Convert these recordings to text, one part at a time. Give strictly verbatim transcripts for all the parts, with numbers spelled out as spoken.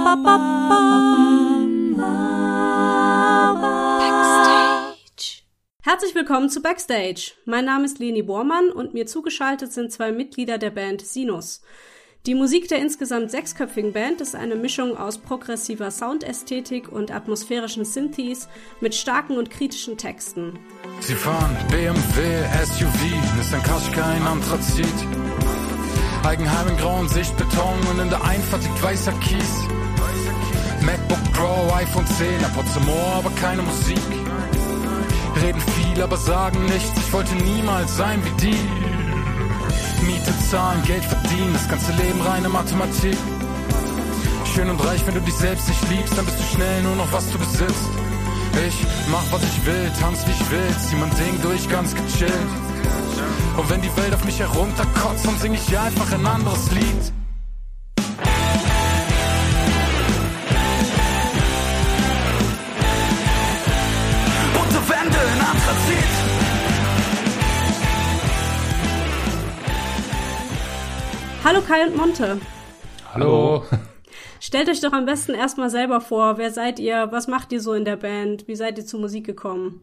Backstage. Herzlich willkommen zu Backstage. Mein Name ist Leni Bormann und mir zugeschaltet sind zwei Mitglieder der Band Sinus. Die Musik der insgesamt sechsköpfigen Band ist eine Mischung aus progressiver Soundästhetik und atmosphärischen Synthes mit starken und kritischen Texten. Sie fahren B M W, S U V, Nissan Qashqai in Anthrazit. Eigenheim in grauen Sichtbeton und in der Einfahrt liegt weißer Kies. MacBook Pro, iPhone zehn, ab zum Ohr, aber keine Musik. Reden viel, aber sagen nichts, ich wollte niemals sein wie die. Miete zahlen, Geld verdienen, das ganze Leben reine Mathematik. Schön und reich, wenn du dich selbst nicht liebst, dann bist du schnell nur noch, was du besitzt. Ich mach, was ich will, tanz, wie ich will, zieh mein Ding durch, ganz gechillt. Und wenn die Welt auf mich herunterkotzt, dann sing ich einfach ein anderes Lied. Bunte Wände in Anthrazit. Hallo Kai und Monte. Hallo. Stellt euch doch am besten erstmal selber vor, wer seid ihr, was macht ihr so in der Band, wie seid ihr zur Musik gekommen?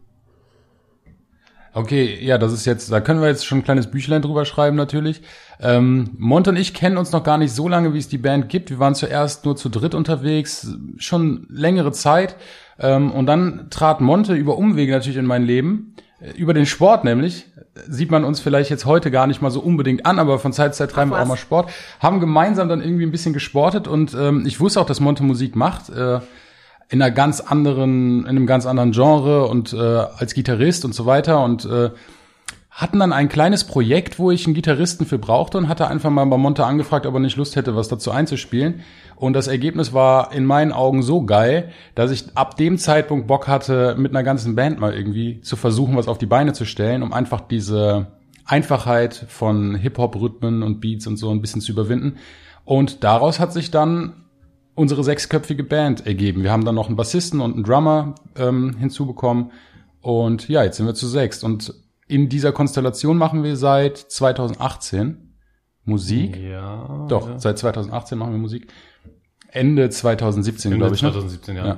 Okay, ja, das ist jetzt, da können wir jetzt schon ein kleines Büchlein drüber schreiben natürlich. Ähm, Monte und ich kennen uns noch gar nicht so lange, wie es die Band gibt. Wir waren zuerst nur zu dritt unterwegs, schon längere Zeit. Ähm, und dann trat Monte über Umwege natürlich in mein Leben, über den Sport nämlich. Sieht man uns vielleicht jetzt heute gar nicht mal so unbedingt an, aber von Zeit zu Zeit treiben wir auch mal Sport. Haben gemeinsam dann irgendwie ein bisschen gesportet und ähm, ich wusste auch, dass Monte Musik macht, äh, in einer ganz anderen, in einem ganz anderen Genre und äh, als Gitarrist und so weiter und äh, hatten dann ein kleines Projekt, wo ich einen Gitarristen für brauchte und hatte einfach mal bei Monte angefragt, ob er nicht Lust hätte, was dazu einzuspielen. Und das Ergebnis war in meinen Augen so geil, dass ich ab dem Zeitpunkt Bock hatte, mit einer ganzen Band mal irgendwie zu versuchen, was auf die Beine zu stellen, um einfach diese Einfachheit von Hip-Hop-Rhythmen und Beats und so ein bisschen zu überwinden. Und daraus hat sich dann unsere sechsköpfige Band ergeben. Wir haben dann noch einen Bassisten und einen Drummer ähm, hinzubekommen. Und ja, jetzt sind wir zu sechst. Und in dieser Konstellation machen wir seit zwanzig achtzehn Musik. Ja. Doch, ja. seit zwanzig achtzehn machen wir Musik. Ende zwanzig siebzehn, glaube ich. zwanzig siebzehn, ja. ja.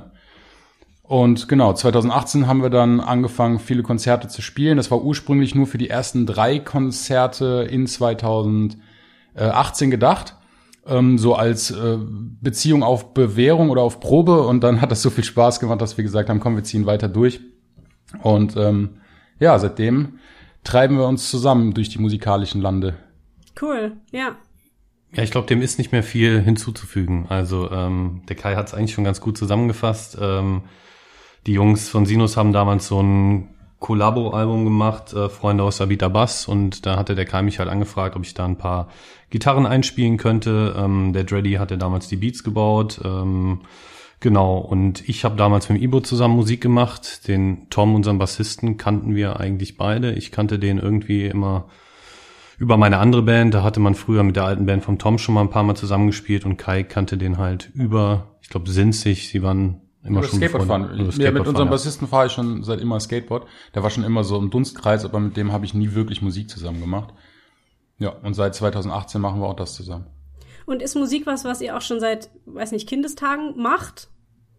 Und genau, zwanzig achtzehn haben wir dann angefangen, viele Konzerte zu spielen. Das war ursprünglich nur für die ersten drei Konzerte in zwanzig achtzehn gedacht. Ähm, so als äh, Beziehung auf Bewährung oder auf Probe. Und dann hat das so viel Spaß gemacht, dass wir gesagt haben, komm, wir ziehen weiter durch. Und ähm, ja, seitdem treiben wir uns zusammen durch die musikalischen Lande. Cool, ja. Ja, ich glaube, dem ist nicht mehr viel hinzuzufügen. Also ähm, der Kai hat es eigentlich schon ganz gut zusammengefasst. Ähm, die Jungs von Sinus haben damals so ein Kollabo-Album gemacht, äh, Freunde aus Sabita Bass, und da hatte der Kai mich halt angefragt, ob ich da ein paar Gitarren einspielen könnte. Ähm, der Dreddy hatte damals die Beats gebaut. Ähm, Genau, und ich habe damals mit dem Ibo zusammen Musik gemacht. Den Tom, unseren Bassisten, kannten wir eigentlich beide. Ich kannte den irgendwie immer über meine andere Band. Da hatte man früher mit der alten Band vom Tom schon mal ein paar Mal zusammengespielt und Kai kannte den halt über, ich glaube, Sinzig. Sie waren immer oder schon Skateboard fahren. Skateboard Ja, mit unserem ja. Bassisten fahre ich schon seit immer Skateboard. Der war schon immer so im Dunstkreis, aber mit dem habe ich nie wirklich Musik zusammen gemacht. Ja, und seit zwanzig achtzehn machen wir auch das zusammen. Und ist Musik was, was ihr auch schon seit, weiß nicht, Kindestagen macht?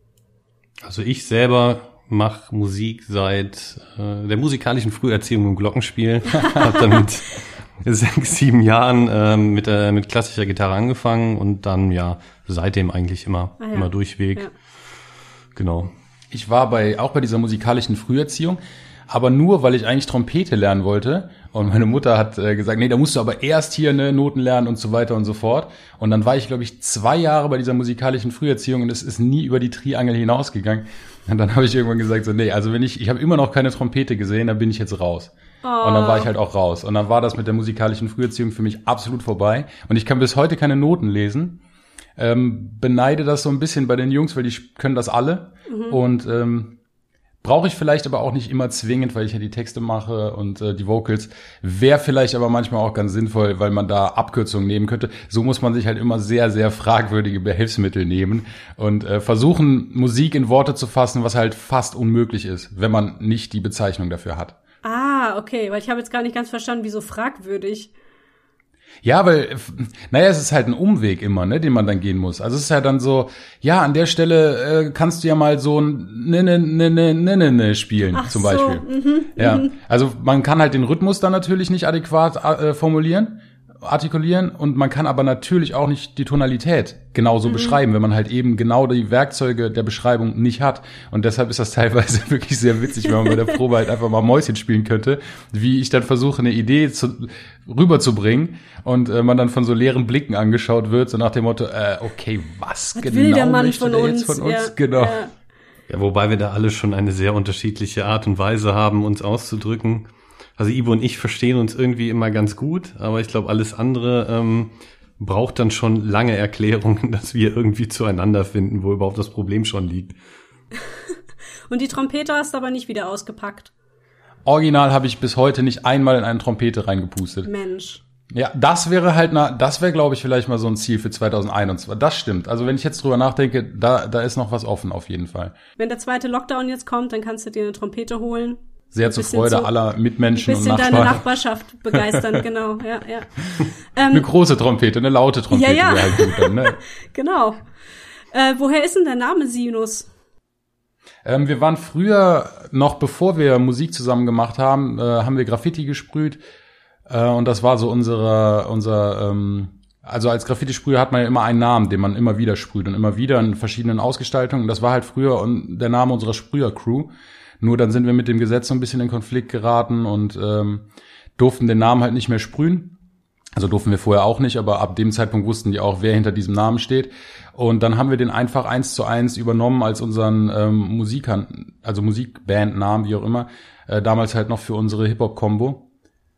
Also ich selber mache Musik seit äh, der musikalischen Früherziehung im Glockenspiel. Habe dann mit sechs, sieben Jahren äh, mit äh, mit klassischer Gitarre angefangen und dann ja seitdem eigentlich immer ah, ja. immer durchweg. Ja. Genau. Ich war bei auch bei dieser musikalischen Früherziehung, aber nur, weil ich eigentlich Trompete lernen wollte. Und meine Mutter hat äh, gesagt, nee, da musst du aber erst hier ne Noten lernen und so weiter und so fort. Und dann war ich, glaube ich, zwei Jahre bei dieser musikalischen Früherziehung und es ist nie über die Triangel hinausgegangen. Und dann habe ich irgendwann gesagt, so nee, also wenn ich, ich habe immer noch keine Trompete gesehen, dann bin ich jetzt raus. Oh. Und dann war ich halt auch raus. Und dann war das mit der musikalischen Früherziehung für mich absolut vorbei. Und ich kann bis heute keine Noten lesen. Ähm, beneide das so ein bisschen bei den Jungs, weil die können das alle. Mhm. Und ähm, brauche ich vielleicht aber auch nicht immer zwingend, weil ich ja die Texte mache und äh, die Vocals. Wäre vielleicht aber manchmal auch ganz sinnvoll, weil man da Abkürzungen nehmen könnte. So muss man sich halt immer sehr, sehr fragwürdige Behelfsmittel nehmen und äh, versuchen, Musik in Worte zu fassen, was halt fast unmöglich ist, wenn man nicht die Bezeichnung dafür hat. Ah, okay, weil ich habe jetzt gar nicht ganz verstanden, wieso fragwürdig. Ja, weil, naja, es ist halt ein Umweg immer, ne, den man dann gehen muss. Also es ist ja dann so, ja, an der Stelle äh, kannst du ja mal so ein ne ne ne ne ne ne ne spielen, Ach zum so, Beispiel. Mhm, ja, mhm. also man kann halt den Rhythmus dann natürlich nicht adäquat äh, formulieren, artikulieren und man kann aber natürlich auch nicht die Tonalität genauso mhm. beschreiben, wenn man halt eben genau die Werkzeuge der Beschreibung nicht hat. Und deshalb ist das teilweise wirklich sehr witzig, wenn man bei der Probe halt einfach mal Mäuschen spielen könnte, wie ich dann versuche, eine Idee zu, rüberzubringen und äh, man dann von so leeren Blicken angeschaut wird, so nach dem Motto, äh, okay, was, was genau will der Mann möchte von der uns? jetzt von uns? Ja, Genau. ja. Ja, wobei wir da alle schon eine sehr unterschiedliche Art und Weise haben, uns auszudrücken. Also Ivo und ich verstehen uns irgendwie immer ganz gut, aber ich glaube, alles andere ähm, braucht dann schon lange Erklärungen, dass wir irgendwie zueinander finden, wo überhaupt das Problem schon liegt. Und die Trompete hast du aber nicht wieder ausgepackt. Original habe ich bis heute nicht einmal in eine Trompete reingepustet. Mensch. Ja, das wäre halt, na, das wäre, glaube ich, vielleicht mal so ein Ziel für zwanzig einundzwanzig. Das stimmt. Also wenn ich jetzt drüber nachdenke, da, da ist noch was offen auf jeden Fall. Wenn der zweite Lockdown jetzt kommt, dann kannst du dir eine Trompete holen. Sehr zur Freude zu, aller Mitmenschen und Nachbarn. Ein bisschen Nachbarn. deine Nachbarschaft begeistern, genau, ja, ja. Ähm, eine große Trompete, eine laute Trompete. Ja, ja. Halt gut dann, ne? Genau. Äh, woher ist denn der Name Sinus? Ähm, wir waren früher, noch bevor wir Musik zusammen gemacht haben, äh, haben wir Graffiti gesprüht. Äh, und das war so unsere, unser, ähm, also als Graffiti-Sprüher hat man ja immer einen Namen, den man immer wieder sprüht und immer wieder in verschiedenen Ausgestaltungen. Das war halt früher der Name unserer Sprüher-Crew. Nur dann sind wir mit dem Gesetz so ein bisschen in Konflikt geraten und ähm, durften den Namen halt nicht mehr sprühen. Also durften wir vorher auch nicht, aber ab dem Zeitpunkt wussten die auch, wer hinter diesem Namen steht. Und dann haben wir den einfach eins zu eins übernommen als unseren ähm, Musikern, also Musikbandnamen, wie auch immer. Äh, damals halt noch für unsere Hip-Hop-Kombo.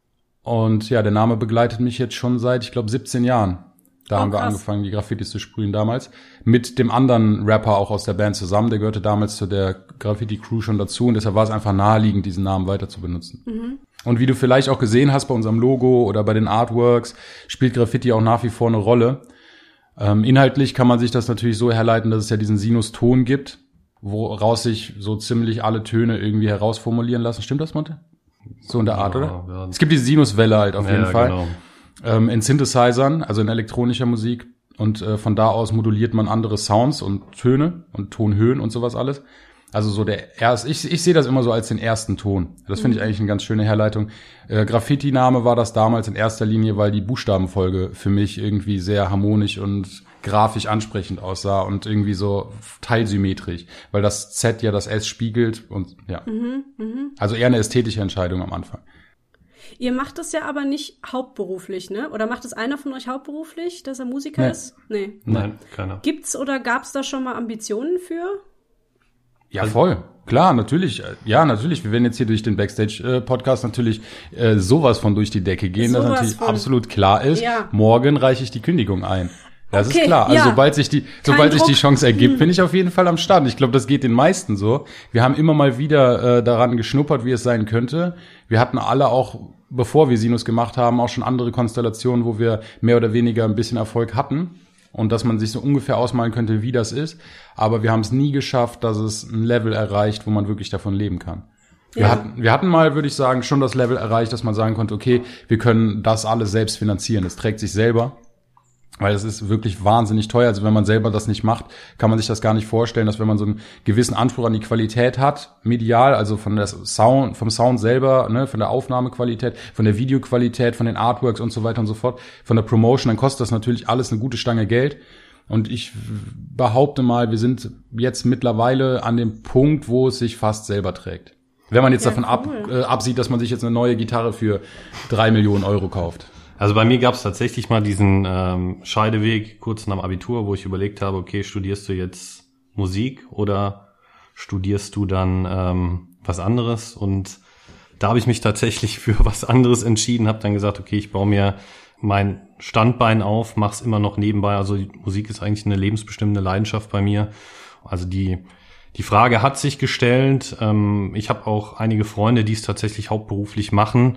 Und ja, der Name begleitet mich jetzt schon seit, ich glaube, siebzehn Jahren. Da oh, haben wir krass. angefangen, die Graffitis zu sprühen damals. Mit dem anderen Rapper auch aus der Band zusammen. Der gehörte damals zu der Graffiti-Crew schon dazu. Und deshalb war es einfach naheliegend, diesen Namen weiter zu benutzen. Mhm. Und wie du vielleicht auch gesehen hast bei unserem Logo oder bei den Artworks, spielt Graffiti auch nach wie vor eine Rolle. Ähm, inhaltlich kann man sich das natürlich so herleiten, dass es ja diesen Sinuston gibt, woraus sich so ziemlich alle Töne irgendwie herausformulieren lassen. Stimmt das, Monte? So in der Art, ja, oder? Ja. Es gibt diese Sinuswelle halt auf ja, jeden Fall. Genau. Ähm, in Synthesizern, also in elektronischer Musik. Und äh, von da aus moduliert man andere Sounds und Töne und Tonhöhen und sowas alles. Also so der erste, ich, ich sehe das immer so als den ersten Ton. Das finde ich eigentlich eine ganz schöne Herleitung. Äh, Graffiti-Name war das damals in erster Linie, weil die Buchstabenfolge für mich irgendwie sehr harmonisch und grafisch ansprechend aussah und irgendwie so teilsymmetrisch, weil das Z ja das S spiegelt und ja. Mhm, mh. Also eher eine ästhetische Entscheidung am Anfang. Ihr macht das ja aber nicht hauptberuflich, ne? Oder macht es einer von euch hauptberuflich, dass er Musiker Nee. ist? Nee. Nein, keiner. Gibt's oder gab's da schon mal Ambitionen für? Ja, voll. Klar, natürlich. Ja, natürlich. Wir werden jetzt hier durch den Backstage-Podcast natürlich äh, sowas von durch die Decke gehen, Sowas dass natürlich von. absolut klar ist. Ja. Morgen reiche ich die Kündigung ein. Das Okay, ist klar. Also ja. sobald sich die, Kein sobald sich die Druck. Chance ergibt, bin ich auf jeden Fall am Start. Ich glaube, das geht den meisten so. Wir haben immer mal wieder äh, daran geschnuppert, wie es sein könnte. Wir hatten alle auch, bevor wir Sinus gemacht haben, auch schon andere Konstellationen, wo wir mehr oder weniger ein bisschen Erfolg hatten. Und dass man sich so ungefähr ausmalen könnte, wie das ist. Aber wir haben es nie geschafft, dass es ein Level erreicht, wo man wirklich davon leben kann. Wir, Ja. hatten, wir hatten mal, würde ich sagen, schon das Level erreicht, dass man sagen konnte, okay, wir können das alles selbst finanzieren. Es trägt sich selber. Weil es ist wirklich wahnsinnig teuer. Also wenn man selber das nicht macht, kann man sich das gar nicht vorstellen, dass wenn man so einen gewissen Anspruch an die Qualität hat, medial, also von der Sound, vom Sound selber, ne, von der Aufnahmequalität, von der Videoqualität, von den Artworks und so weiter und so fort, von der Promotion, dann kostet das natürlich alles eine gute Stange Geld. Und ich behaupte mal, wir sind jetzt mittlerweile an dem Punkt, wo es sich fast selber trägt. Wenn man jetzt Ja, davon ab, cool. äh, absieht, dass man sich jetzt eine neue Gitarre für drei Millionen Euro kauft. Also bei mir gab es tatsächlich mal diesen ähm, Scheideweg kurz nach dem Abitur, wo ich überlegt habe, okay, studierst du jetzt Musik oder studierst du dann ähm, was anderes? Und da habe ich mich tatsächlich für was anderes entschieden, habe dann gesagt, okay, ich baue mir mein Standbein auf, mach's immer noch nebenbei. Also die Musik ist eigentlich eine lebensbestimmende Leidenschaft bei mir. Also die die Frage hat sich gestellt. Ähm, ich habe auch einige Freunde, die es tatsächlich hauptberuflich machen.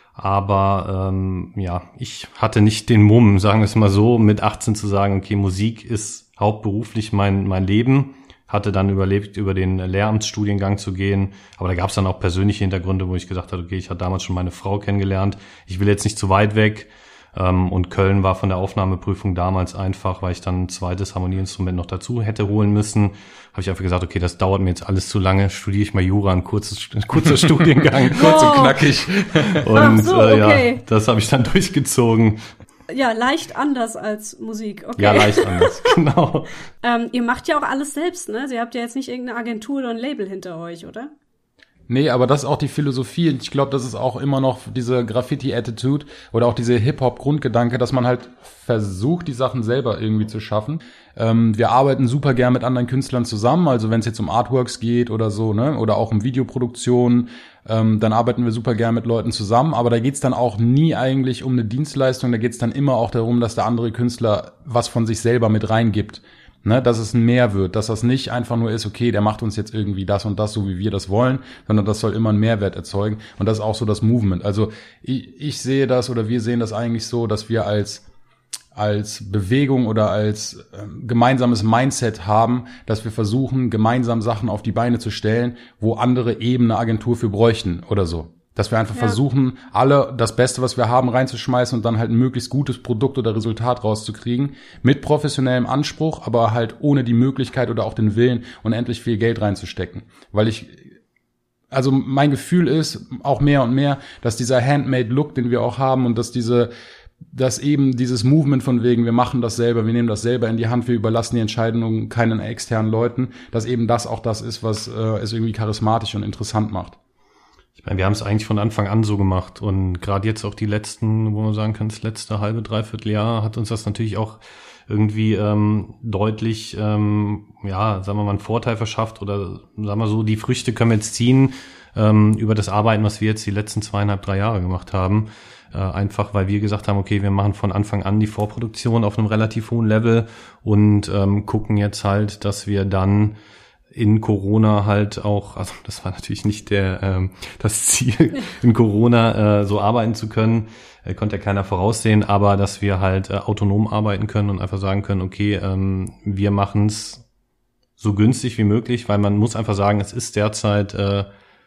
Aber ähm, ja, ich hatte nicht den Mumm, sagen wir es mal so, mit achtzehn zu sagen, okay, Musik ist hauptberuflich mein mein Leben. Hatte dann überlebt, über den Lehramtsstudiengang zu gehen. Aber da gab es dann auch persönliche Hintergründe, wo ich gesagt habe, okay, ich hatte damals schon meine Frau kennengelernt. Ich will jetzt nicht zu weit weg. Ähm, und Köln war von der Aufnahmeprüfung damals einfach, weil ich dann ein zweites Harmonieinstrument noch dazu hätte holen müssen, habe ich einfach gesagt, okay, das dauert mir jetzt alles zu lange, studiere ich mal Jura, ein kurzes, ein kurzer Studiengang, kurz und knackig. Und Ach so, okay. äh, ja, das habe ich dann durchgezogen. Ja, leicht anders als Musik, okay. Ja, leicht anders, genau. ähm, ihr macht ja auch alles selbst, ne? Ihr habt ja jetzt nicht irgendeine Agentur oder ein Label hinter euch, oder? Nee, aber das ist auch die Philosophie. Ich glaube, das ist auch immer noch diese Graffiti-Attitude oder auch diese Hip-Hop-Grundgedanke, dass man halt versucht, die Sachen selber irgendwie zu schaffen. Ähm, wir arbeiten super gern mit anderen Künstlern zusammen, also wenn es jetzt um Artworks geht oder so, ne, oder auch um Videoproduktion, ähm, dann arbeiten wir super gern mit Leuten zusammen, aber da geht's dann auch nie eigentlich um eine Dienstleistung, da geht's dann immer auch darum, dass der andere Künstler was von sich selber mit reingibt. Ne, dass es ein Mehr wird, dass das nicht einfach nur ist, okay, der macht uns jetzt irgendwie das und das, so wie wir das wollen, sondern das soll immer einen Mehrwert erzeugen. Und das ist auch so das Movement. Also ich, ich sehe das oder wir sehen das eigentlich so, dass wir als als Bewegung oder als äh, gemeinsames Mindset haben, dass wir versuchen, gemeinsam Sachen auf die Beine zu stellen, wo andere eben eine Agentur für bräuchten oder so. Dass wir einfach ja. versuchen, alle das Beste, was wir haben, reinzuschmeißen und dann halt ein möglichst gutes Produkt oder Resultat rauszukriegen. Mit professionellem Anspruch, aber halt ohne die Möglichkeit oder auch den Willen, unendlich viel Geld reinzustecken. Weil ich, also mein Gefühl ist auch mehr und mehr, dass dieser Handmade-Look, den wir auch haben und dass diese, dass eben dieses Movement von wegen, wir machen das selber, wir nehmen das selber in die Hand, wir überlassen die Entscheidungen keinen externen Leuten, dass eben das auch das ist, was äh, es irgendwie charismatisch und interessant macht. Ich meine, wir haben es eigentlich von Anfang an so gemacht und gerade jetzt auch die letzten, wo man sagen kann, das letzte halbe, dreiviertel Jahr hat uns das natürlich auch irgendwie ähm, deutlich, ähm, ja, sagen wir mal, einen Vorteil verschafft oder sagen wir so, die Früchte können wir jetzt ziehen ähm, über das Arbeiten, was wir jetzt die letzten zweieinhalb, drei Jahre gemacht haben. Äh, einfach, weil wir gesagt haben, okay, wir machen von Anfang an die Vorproduktion auf einem relativ hohen Level und ähm, gucken jetzt halt, dass wir dann in Corona halt auch, also das war natürlich nicht der ähm, das Ziel, in Corona äh, so arbeiten zu können, äh, konnte ja keiner voraussehen, aber dass wir halt äh, autonom arbeiten können und einfach sagen können, okay, ähm, wir machen es so günstig wie möglich, weil man muss einfach sagen, es ist derzeit, äh,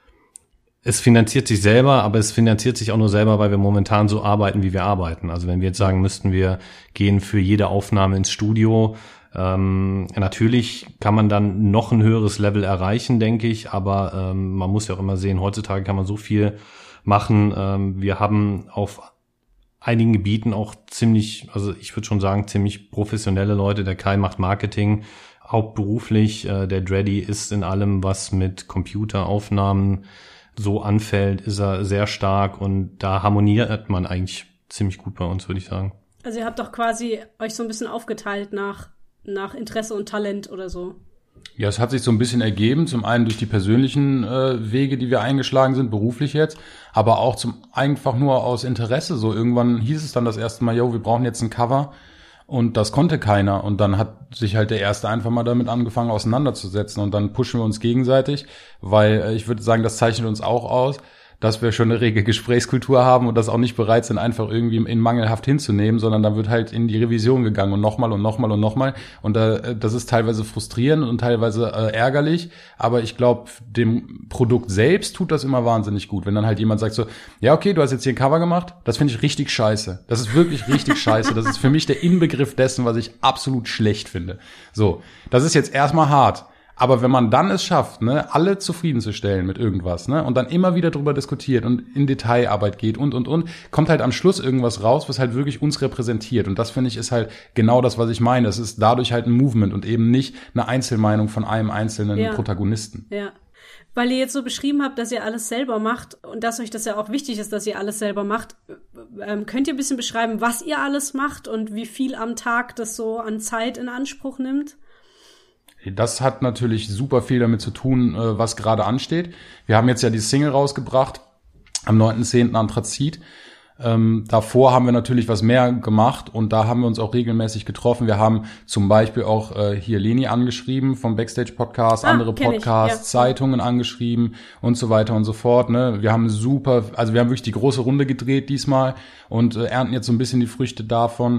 es finanziert sich selber, aber es finanziert sich auch nur selber, weil wir momentan so arbeiten, wie wir arbeiten. Also wenn wir jetzt sagen, müssten wir gehen für jede Aufnahme ins Studio, Ähm, natürlich kann man dann noch ein höheres Level erreichen, denke ich, aber ähm, man muss ja auch immer sehen, heutzutage kann man so viel machen. Ähm, wir haben auf einigen Gebieten auch ziemlich, also ich würde schon sagen, ziemlich professionelle Leute. Der Kai macht Marketing hauptberuflich, äh, der Dreddy ist in allem, was mit Computeraufnahmen so anfällt, ist er sehr stark und da harmoniert man eigentlich ziemlich gut bei uns, würde ich sagen. Also ihr habt doch quasi euch so ein bisschen aufgeteilt nach nach Interesse und Talent oder so. Ja, es hat sich so ein bisschen ergeben, zum einen durch die persönlichen äh, Wege, die wir eingeschlagen sind, beruflich jetzt, aber auch zum einfach nur aus Interesse. So irgendwann hieß es dann das erste Mal, yo, wir brauchen jetzt ein Cover und das konnte keiner und dann hat sich halt der Erste einfach mal damit angefangen auseinanderzusetzen und dann pushen wir uns gegenseitig, weil äh, ich würde sagen, das zeichnet uns auch aus, dass wir schon eine rege Gesprächskultur haben und das auch nicht bereit sind, einfach irgendwie in mangelhaft hinzunehmen, sondern da wird halt in die Revision gegangen und nochmal und nochmal und nochmal. Und da, das ist teilweise frustrierend und teilweise äh, ärgerlich, aber ich glaube, dem Produkt selbst tut das immer wahnsinnig gut. Wenn dann halt jemand sagt so, ja okay, du hast jetzt hier ein Cover gemacht, das finde ich richtig scheiße. Das ist wirklich richtig scheiße. Das ist für mich der Inbegriff dessen, was ich absolut schlecht finde. So, das ist jetzt erstmal hart. Aber wenn man dann es schafft, ne, alle zufriedenzustellen mit irgendwas, ne, und dann immer wieder drüber diskutiert und in Detailarbeit geht und, und, und, kommt halt am Schluss irgendwas raus, was halt wirklich uns repräsentiert. Und das, finde ich, ist halt genau das, was ich meine. Es ist dadurch halt ein Movement und eben nicht eine Einzelmeinung von einem einzelnen ja. Protagonisten. Ja. Weil ihr jetzt so beschrieben habt, dass ihr alles selber macht und dass euch das ja auch wichtig ist, dass ihr alles selber macht, ähm, könnt ihr ein bisschen beschreiben, was ihr alles macht und wie viel am Tag das so an Zeit in Anspruch nimmt? Das hat natürlich super viel damit zu tun, was gerade ansteht. Wir haben jetzt ja die Single rausgebracht, am neunten zehnten Anthrazit. Ähm, davor haben wir natürlich was mehr gemacht und da haben wir uns auch regelmäßig getroffen. Wir haben zum Beispiel auch äh, hier Leni angeschrieben vom Backstage-Podcast, ah, andere Podcasts, ja. Zeitungen angeschrieben und so weiter und so fort. Ne? Wir haben super, also wir haben wirklich die große Runde gedreht diesmal und äh, ernten jetzt so ein bisschen die Früchte davon,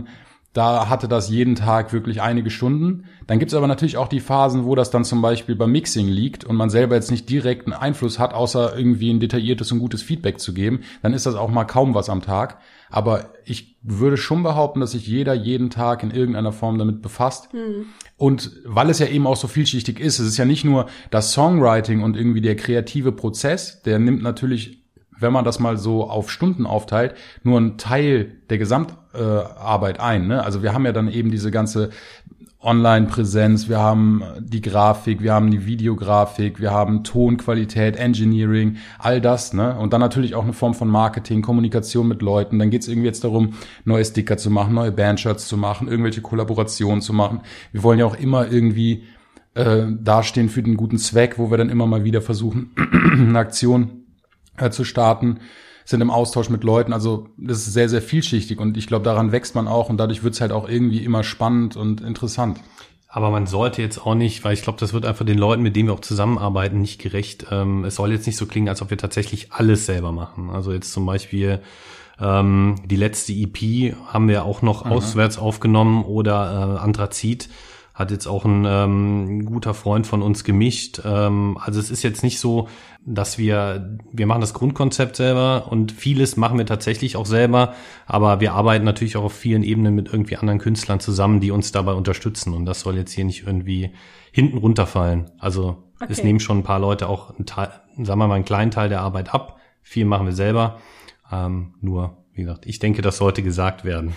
Da hatte das jeden Tag wirklich einige Stunden. Dann gibt's aber natürlich auch die Phasen, wo das dann zum Beispiel beim Mixing liegt und man selber jetzt nicht direkt einen Einfluss hat, außer irgendwie ein detailliertes und gutes Feedback zu geben. Dann ist das auch mal kaum was am Tag. Aber ich würde schon behaupten, dass sich jeder jeden Tag in irgendeiner Form damit befasst. Mhm. Und weil es ja eben auch so vielschichtig ist, es ist ja nicht nur das Songwriting und irgendwie der kreative Prozess, der nimmt natürlich, wenn man das mal so auf Stunden aufteilt, nur einen Teil der Gesamtarbeit äh, ein. Ne? Also wir haben ja dann eben diese ganze Online-Präsenz, wir haben die Grafik, wir haben die Videografik, wir haben Tonqualität, Engineering, all das. Ne? Und dann natürlich auch eine Form von Marketing, Kommunikation mit Leuten. Dann geht es irgendwie jetzt darum, neue Sticker zu machen, neue Bandshirts zu machen, irgendwelche Kollaborationen zu machen. Wir wollen ja auch immer irgendwie äh, dastehen für den guten Zweck, wo wir dann immer mal wieder versuchen, eine Aktion äh, zu starten, sind im Austausch mit Leuten. Also das ist sehr, sehr vielschichtig und ich glaube, daran wächst man auch und dadurch wird es halt auch irgendwie immer spannend und interessant. Aber man sollte jetzt auch nicht, weil ich glaube, das wird einfach den Leuten, mit denen wir auch zusammenarbeiten, nicht gerecht. Ähm, es soll jetzt nicht so klingen, als ob wir tatsächlich alles selber machen. Also jetzt zum Beispiel ähm, die letzte E P haben wir auch noch mhm. auswärts aufgenommen oder äh, Anthrazit hat jetzt auch ein ähm, guter Freund von uns gemischt. Ähm, also es ist jetzt nicht so, dass wir, wir machen das Grundkonzept selber und vieles machen wir tatsächlich auch selber, aber wir arbeiten natürlich auch auf vielen Ebenen mit irgendwie anderen Künstlern zusammen, die uns dabei unterstützen und das soll jetzt hier nicht irgendwie hinten runterfallen. Also okay. Es nehmen schon ein paar Leute auch einen Teil, sagen wir mal, einen kleinen Teil der Arbeit ab. Viel machen wir selber. Ähm, nur, wie gesagt, ich denke, das sollte gesagt werden.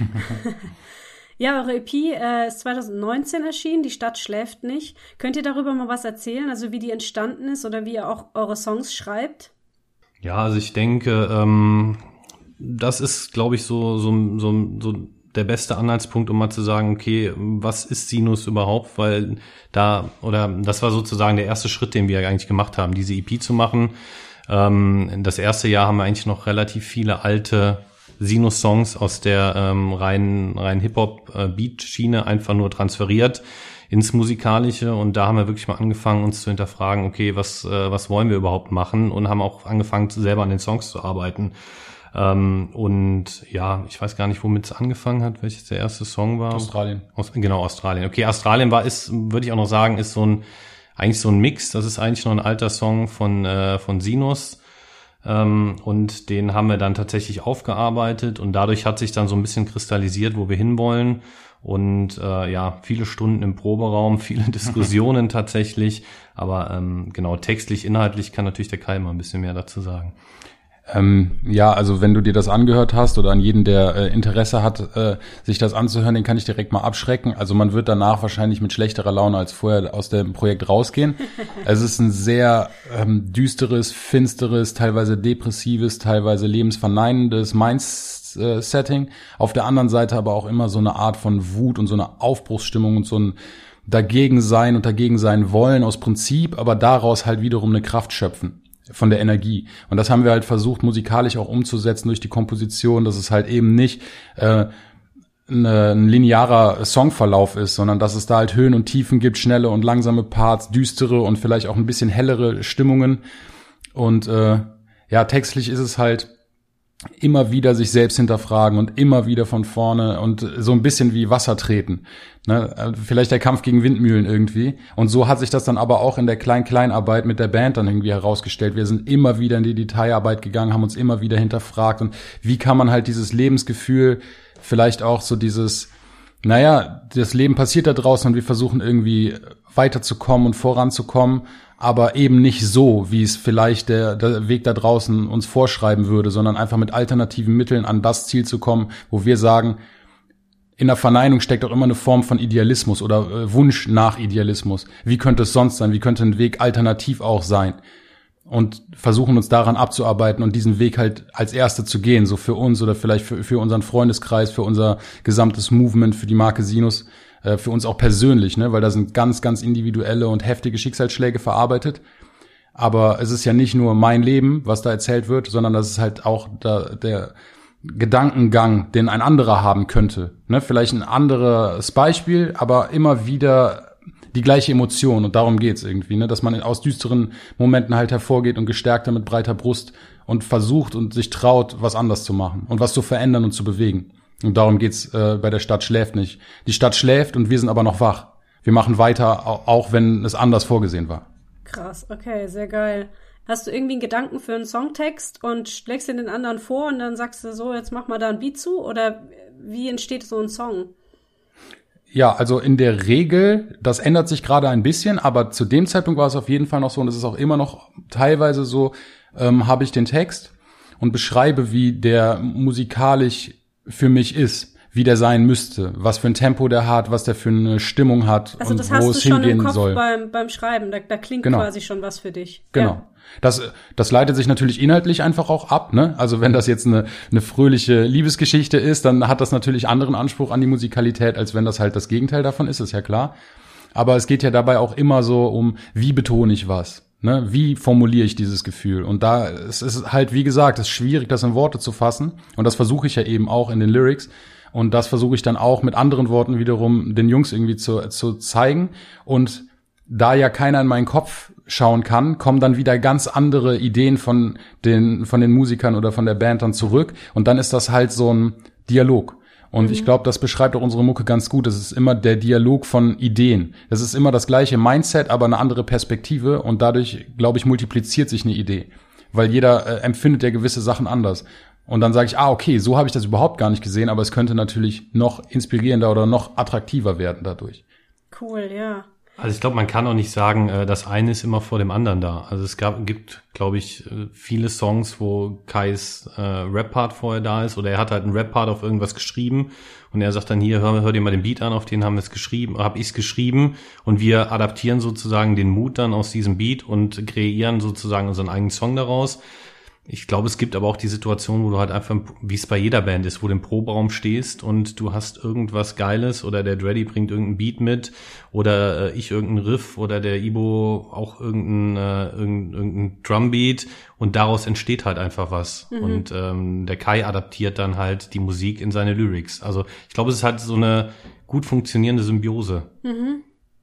Ja, eure E P äh, ist zwanzig neunzehn erschienen, Die Stadt schläft nicht. Könnt ihr darüber mal was erzählen, also wie die entstanden ist oder wie ihr auch eure Songs schreibt? Ja, also ich denke, ähm, das ist, glaube ich, so, so, so, so der beste Anhaltspunkt, um mal zu sagen, okay, was ist Sinus überhaupt? Weil da, oder das war sozusagen der erste Schritt, den wir eigentlich gemacht haben, diese E P zu machen. Ähm, das erste Jahr haben wir eigentlich noch relativ viele alte Sinus-Songs aus der ähm, reinen rein Hip-Hop-Beat-Schiene einfach nur transferiert ins Musikalische und da haben wir wirklich mal angefangen, uns zu hinterfragen, okay, was äh, was wollen wir überhaupt machen und haben auch angefangen, selber an den Songs zu arbeiten. Ähm, und ja, ich weiß gar nicht, womit es angefangen hat, welches der erste Song war. Australien. Aus, genau, Australien. Okay, Australien war, ist, würde ich auch noch sagen, ist so ein, eigentlich so ein Mix. Das ist eigentlich noch ein alter Song von äh, von Sinus. Ähm, und den haben wir dann tatsächlich aufgearbeitet und dadurch hat sich dann so ein bisschen kristallisiert, wo wir hinwollen und äh, ja, viele Stunden im Proberaum, viele Diskussionen tatsächlich, aber ähm, genau, textlich, inhaltlich kann natürlich der Kai mal ein bisschen mehr dazu sagen. Ähm, ja, also wenn du dir das angehört hast oder an jeden, der äh, Interesse hat, äh, sich das anzuhören, den kann ich direkt mal abschrecken. Also man wird danach wahrscheinlich mit schlechterer Laune als vorher aus dem Projekt rausgehen. Es ist ein sehr ähm, düsteres, finsteres, teilweise depressives, teilweise lebensverneinendes Mindsetting. Auf der anderen Seite aber auch immer so eine Art von Wut und so eine Aufbruchsstimmung und so ein dagegen sein und dagegen sein wollen aus Prinzip, aber daraus halt wiederum eine Kraft schöpfen. Von der Energie. Und das haben wir halt versucht, musikalisch auch umzusetzen durch die Komposition, dass es halt eben nicht äh, eine, ein linearer Songverlauf ist, sondern dass es da halt Höhen und Tiefen gibt, schnelle und langsame Parts, düstere und vielleicht auch ein bisschen hellere Stimmungen. Und äh, ja, textlich ist es halt immer wieder sich selbst hinterfragen und immer wieder von vorne und so ein bisschen wie Wasser treten. Ne? Vielleicht der Kampf gegen Windmühlen irgendwie. Und so hat sich das dann aber auch in der Klein-Klein-Arbeit mit der Band dann irgendwie herausgestellt. Wir sind immer wieder in die Detailarbeit gegangen, haben uns immer wieder hinterfragt. Und wie kann man halt dieses Lebensgefühl, vielleicht auch so dieses, naja, das Leben passiert da draußen und wir versuchen irgendwie weiterzukommen und voranzukommen, aber eben nicht so, wie es vielleicht der, der Weg da draußen uns vorschreiben würde, sondern einfach mit alternativen Mitteln an das Ziel zu kommen, wo wir sagen, in der Verneinung steckt auch immer eine Form von Idealismus oder äh, Wunsch nach Idealismus. Wie könnte es sonst sein? Wie könnte ein Weg alternativ auch sein? Und versuchen uns daran abzuarbeiten und diesen Weg halt als Erste zu gehen, so für uns oder vielleicht für, für unseren Freundeskreis, für unser gesamtes Movement, für die Marke Sinus, äh, für uns auch persönlich, ne, weil da sind ganz, ganz individuelle und heftige Schicksalsschläge verarbeitet. Aber es ist ja nicht nur mein Leben, was da erzählt wird, sondern das ist halt auch da, der Gedankengang, den ein anderer haben könnte. Ne, vielleicht ein anderes Beispiel, aber immer wieder die gleiche Emotion und darum geht's irgendwie, ne, dass man aus düsteren Momenten halt hervorgeht und gestärkter mit breiter Brust und versucht und sich traut, was anders zu machen und was zu verändern und zu bewegen. Und darum geht's äh, bei der Stadt schläft nicht. Die Stadt schläft und wir sind aber noch wach. Wir machen weiter, auch wenn es anders vorgesehen war. Krass, okay, sehr geil. Hast du irgendwie einen Gedanken für einen Songtext und schlägst den den anderen vor und dann sagst du so, jetzt mach mal da ein Beat zu? Oder wie entsteht so ein Song? Ja, also in der Regel, das ändert sich gerade ein bisschen, aber zu dem Zeitpunkt war es auf jeden Fall noch so und es ist auch immer noch teilweise so, ähm, habe ich den Text und beschreibe, wie der musikalisch für mich ist, wie der sein müsste, was für ein Tempo der hat, was der für eine Stimmung hat also und das wo hast es du schon hingehen im Kopf soll. Beim, beim Schreiben, da, da klingt Genau. quasi schon was für dich. Genau. Ja. Das, das leitet sich natürlich inhaltlich einfach auch ab, ne? Also wenn das jetzt eine, eine fröhliche Liebesgeschichte ist, dann hat das natürlich anderen Anspruch an die Musikalität, als wenn das halt das Gegenteil davon ist, ist ja klar. Aber es geht ja dabei auch immer so um, wie betone ich was, ne? Wie formuliere ich dieses Gefühl? Und da es ist halt, wie gesagt, es ist schwierig, das in Worte zu fassen. Und das versuche ich ja eben auch in den Lyrics. Und das versuche ich dann auch mit anderen Worten wiederum den Jungs irgendwie zu, zu zeigen. Und da ja keiner in meinen Kopf schauen kann, kommen dann wieder ganz andere Ideen von den von den Musikern oder von der Band dann zurück und dann ist das halt so ein Dialog. Und mhm. ich glaube, das beschreibt auch unsere Mucke ganz gut. Es ist immer der Dialog von Ideen. Es ist immer das gleiche Mindset, aber eine andere Perspektive und dadurch, glaube ich, multipliziert sich eine Idee, weil jeder äh, empfindet ja gewisse Sachen anders. Und dann sage ich, ah, okay, so habe ich das überhaupt gar nicht gesehen, aber es könnte natürlich noch inspirierender oder noch attraktiver werden dadurch. Cool, ja. Also ich glaube, man kann auch nicht sagen, das eine ist immer vor dem anderen da. Also es gab, gibt, glaube ich, viele Songs, wo Kais äh, Rap-Part vorher da ist oder er hat halt einen Rap-Part auf irgendwas geschrieben und er sagt dann hier, hör, hör dir mal den Beat an, auf den haben wir es geschrieben, habe ich es geschrieben und wir adaptieren sozusagen den Mood dann aus diesem Beat und kreieren sozusagen unseren eigenen Song daraus. Ich glaube, es gibt aber auch die Situation, wo du halt einfach, wie es bei jeder Band ist, wo du im Proberaum stehst und du hast irgendwas Geiles oder der Dreddy bringt irgendeinen Beat mit oder äh, ich irgendeinen Riff oder der Ibo auch irgendeinen äh, irgendein, irgendein Drumbeat und daraus entsteht halt einfach was. Mhm. Und ähm, der Kai adaptiert dann halt die Musik in seine Lyrics. Also ich glaube, es ist halt so eine gut funktionierende Symbiose. Mhm.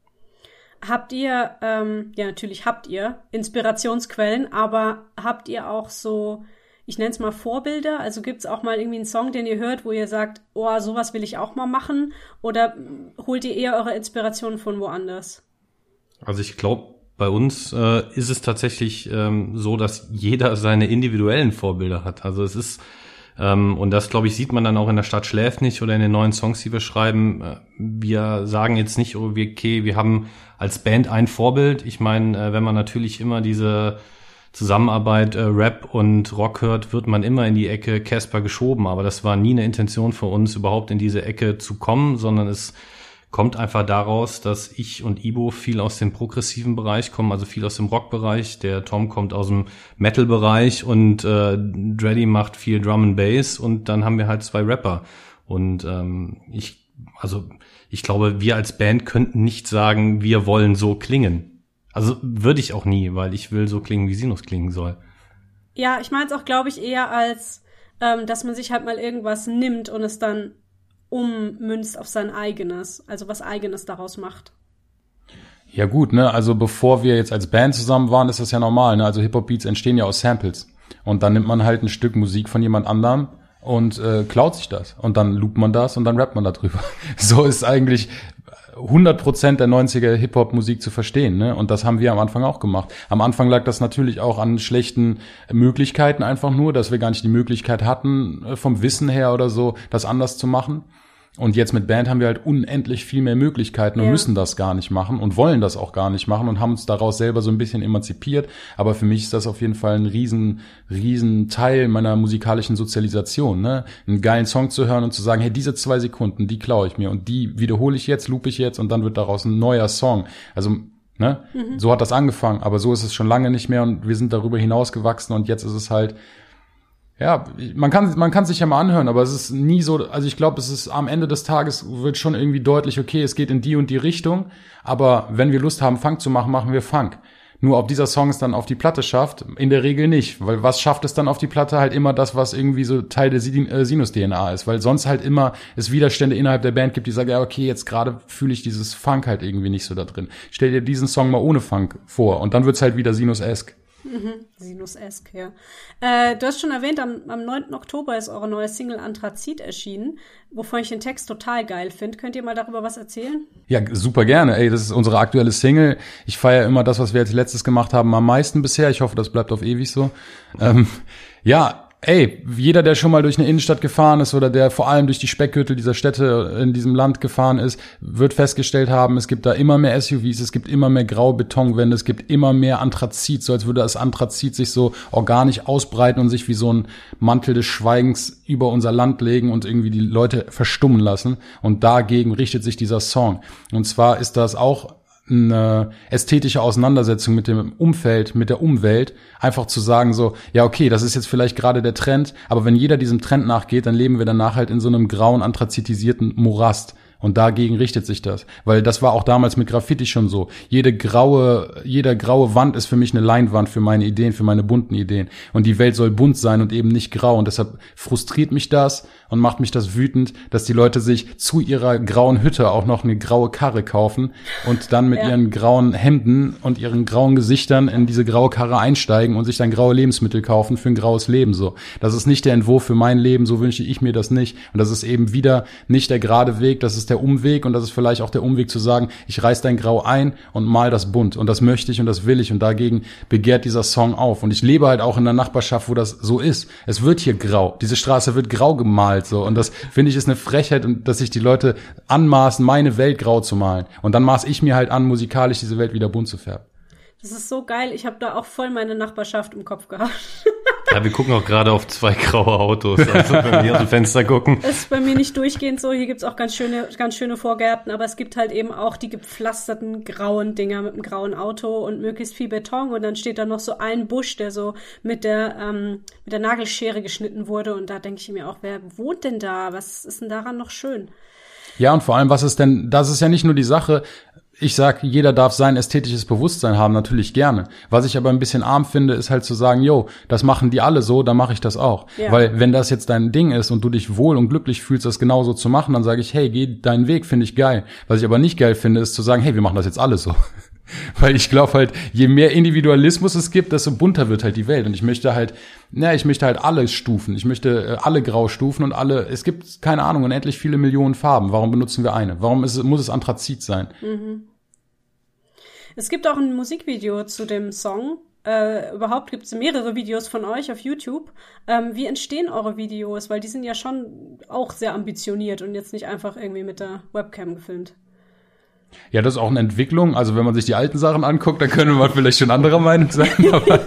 Habt ihr, ähm, ja natürlich habt ihr Inspirationsquellen, aber habt ihr auch so, ich nenne es mal Vorbilder? Also gibt's auch mal irgendwie einen Song, den ihr hört, wo ihr sagt, oh, sowas will ich auch mal machen? Oder holt ihr eher eure Inspirationen von woanders? Also ich glaube, bei uns äh, ist es tatsächlich ähm, so, dass jeder seine individuellen Vorbilder hat. Also es ist Ähm, und das, glaube ich, sieht man dann auch in der Stadt schläft nicht oder in den neuen Songs, die wir schreiben. Äh, wir sagen jetzt nicht, oh, okay, wir haben als Band ein Vorbild. Ich meine, äh, wenn man natürlich immer diese Zusammenarbeit äh, Rap und Rock hört, wird man immer in die Ecke Casper geschoben. Aber das war nie eine Intention für uns, überhaupt in diese Ecke zu kommen, sondern es kommt einfach daraus, dass ich und Ibo viel aus dem progressiven Bereich kommen, also viel aus dem Rockbereich. Der Tom kommt aus dem Metal-Bereich und äh, Dreddy macht viel Drum and Bass und dann haben wir halt zwei Rapper. Und ähm, ich, also ich glaube, wir als Band könnten nicht sagen, wir wollen so klingen. Also würde ich auch nie, weil ich will so klingen, wie Sinus klingen soll. Ja, ich meine es auch, glaube ich, eher als, ähm, dass man sich halt mal irgendwas nimmt und es dann ummünzt auf sein eigenes, also was eigenes daraus macht. Ja gut, ne, also bevor wir jetzt als Band zusammen waren, ist das ja normal, ne, also Hip-Hop-Beats entstehen ja aus Samples und dann nimmt man halt ein Stück Musik von jemand anderem und äh, klaut sich das und dann loopt man das und dann rappt man da drüber. So ist eigentlich hundert Prozent der neunziger Hip-Hop-Musik zu verstehen, ne? Und das haben wir am Anfang auch gemacht. Am Anfang lag das natürlich auch an schlechten Möglichkeiten einfach nur, dass wir gar nicht die Möglichkeit hatten, vom Wissen her oder so, das anders zu machen. Und jetzt mit Band haben wir halt unendlich viel mehr Möglichkeiten und ja. müssen das gar nicht machen und wollen das auch gar nicht machen und haben uns daraus selber so ein bisschen emanzipiert. Aber für mich ist das auf jeden Fall ein riesen, riesen Teil meiner musikalischen Sozialisation, ne? Einen geilen Song zu hören und zu sagen, hey, diese zwei Sekunden, die klaue ich mir und die wiederhole ich jetzt, loop ich jetzt und dann wird daraus ein neuer Song. Also, ne? Mhm. So hat das angefangen, aber so ist es schon lange nicht mehr und wir sind darüber hinausgewachsen und jetzt ist es halt, ja, man kann man kann sich ja mal anhören, aber es ist nie so, also ich glaube, es ist am Ende des Tages wird schon irgendwie deutlich, okay, es geht in die und die Richtung, aber wenn wir Lust haben, Funk zu machen, machen wir Funk. Nur ob dieser Song es dann auf die Platte schafft, in der Regel nicht, weil was schafft es dann auf die Platte? Halt immer das, was irgendwie so Teil der Sinus-D N A ist, weil sonst halt immer es Widerstände innerhalb der Band gibt, die sagen, ja, okay, jetzt gerade fühle ich dieses Funk halt irgendwie nicht so da drin. Stell dir diesen Song mal ohne Funk vor und dann wird's halt wieder Sinus-esque. Mhm. Sinus-esque, ja. Äh, du hast schon erwähnt, am, am neunten Oktober ist eure neue Single Anthrazit erschienen, wovon ich den Text total geil finde. Könnt ihr mal darüber was erzählen? Ja, super gerne. Ey, das ist unsere aktuelle Single. Ich feiere immer das, was wir jetzt letztes gemacht haben, am meisten bisher. Ich hoffe, das bleibt auf ewig so. Ähm, ja, ey, jeder, der schon mal durch eine Innenstadt gefahren ist oder der vor allem durch die Speckgürtel dieser Städte in diesem Land gefahren ist, wird festgestellt haben, es gibt da immer mehr S U Vs, es gibt immer mehr graue Betonwände, es gibt immer mehr Anthrazit, so als würde das Anthrazit sich so organisch ausbreiten und sich wie so ein Mantel des Schweigens über unser Land legen und irgendwie die Leute verstummen lassen. Und dagegen richtet sich dieser Song. Und zwar ist das auch eine ästhetische Auseinandersetzung mit dem Umfeld, mit der Umwelt, einfach zu sagen so, ja okay, das ist jetzt vielleicht gerade der Trend, aber wenn jeder diesem Trend nachgeht, dann leben wir danach halt in so einem grauen, anthrazitisierten Morast. Und dagegen richtet sich das. Weil das war auch damals mit Graffiti schon so. Jede graue, jede graue Wand ist für mich eine Leinwand für meine Ideen, für meine bunten Ideen. Und die Welt soll bunt sein und eben nicht grau. Und deshalb frustriert mich das und macht mich das wütend, dass die Leute sich zu ihrer grauen Hütte auch noch eine graue Karre kaufen und dann mit ja. ihren grauen Hemden und ihren grauen Gesichtern in diese graue Karre einsteigen und sich dann graue Lebensmittel kaufen für ein graues Leben. So, das ist nicht der Entwurf für mein Leben, so wünsche ich mir das nicht. Und das ist eben wieder nicht der gerade Weg, das ist der Umweg und das ist vielleicht auch der Umweg zu sagen, ich reiß dein Grau ein und mal das bunt und das möchte ich und das will ich und dagegen begehrt dieser Song auf und ich lebe halt auch in einer Nachbarschaft, wo das so ist. Es wird hier grau, diese Straße wird grau gemalt so und das finde ich ist eine Frechheit und dass sich die Leute anmaßen, meine Welt grau zu malen und dann maß ich mir halt an, musikalisch diese Welt wieder bunt zu färben. Das ist so geil, ich habe da auch voll meine Nachbarschaft im Kopf gehabt. Ja, wir gucken auch gerade auf zwei graue Autos, also wenn wir hier aus dem Fenster gucken. Das ist bei mir nicht durchgehend so, hier gibt's auch ganz schöne, ganz schöne Vorgärten, aber es gibt halt eben auch die gepflasterten grauen Dinger mit einem grauen Auto und möglichst viel Beton und dann steht da noch so ein Busch, der so mit der, ähm, mit der Nagelschere geschnitten wurde und da denke ich mir auch, wer wohnt denn da? Was ist denn daran noch schön? Ja, und vor allem, was ist denn, das ist ja nicht nur die Sache, ich sag, jeder darf sein ästhetisches Bewusstsein haben, natürlich gerne. Was ich aber ein bisschen arm finde, ist halt zu sagen, yo, das machen die alle so, dann mache ich das auch. Ja. Weil wenn das jetzt dein Ding ist und du dich wohl und glücklich fühlst, das genauso zu machen, dann sage ich, hey, geh deinen Weg, finde ich geil. Was ich aber nicht geil finde, ist zu sagen, hey, wir machen das jetzt alle so. Weil ich glaube halt, je mehr Individualismus es gibt, desto bunter wird halt die Welt. Und ich möchte halt, na, ich möchte halt alle Stufen. Ich möchte alle Graustufen und alle, es gibt, keine Ahnung, unendlich viele Millionen Farben. Warum benutzen wir eine? Warum ist, muss es Anthrazit sein? Mhm. Es gibt auch ein Musikvideo zu dem Song. Äh, überhaupt gibt es mehrere Videos von euch auf YouTube. Ähm, wie entstehen eure Videos? Weil die sind ja schon auch sehr ambitioniert und jetzt nicht einfach irgendwie mit der Webcam gefilmt. Ja, das ist auch eine Entwicklung. Also wenn man sich die alten Sachen anguckt, dann können wir vielleicht schon anderer Meinung sein. Aber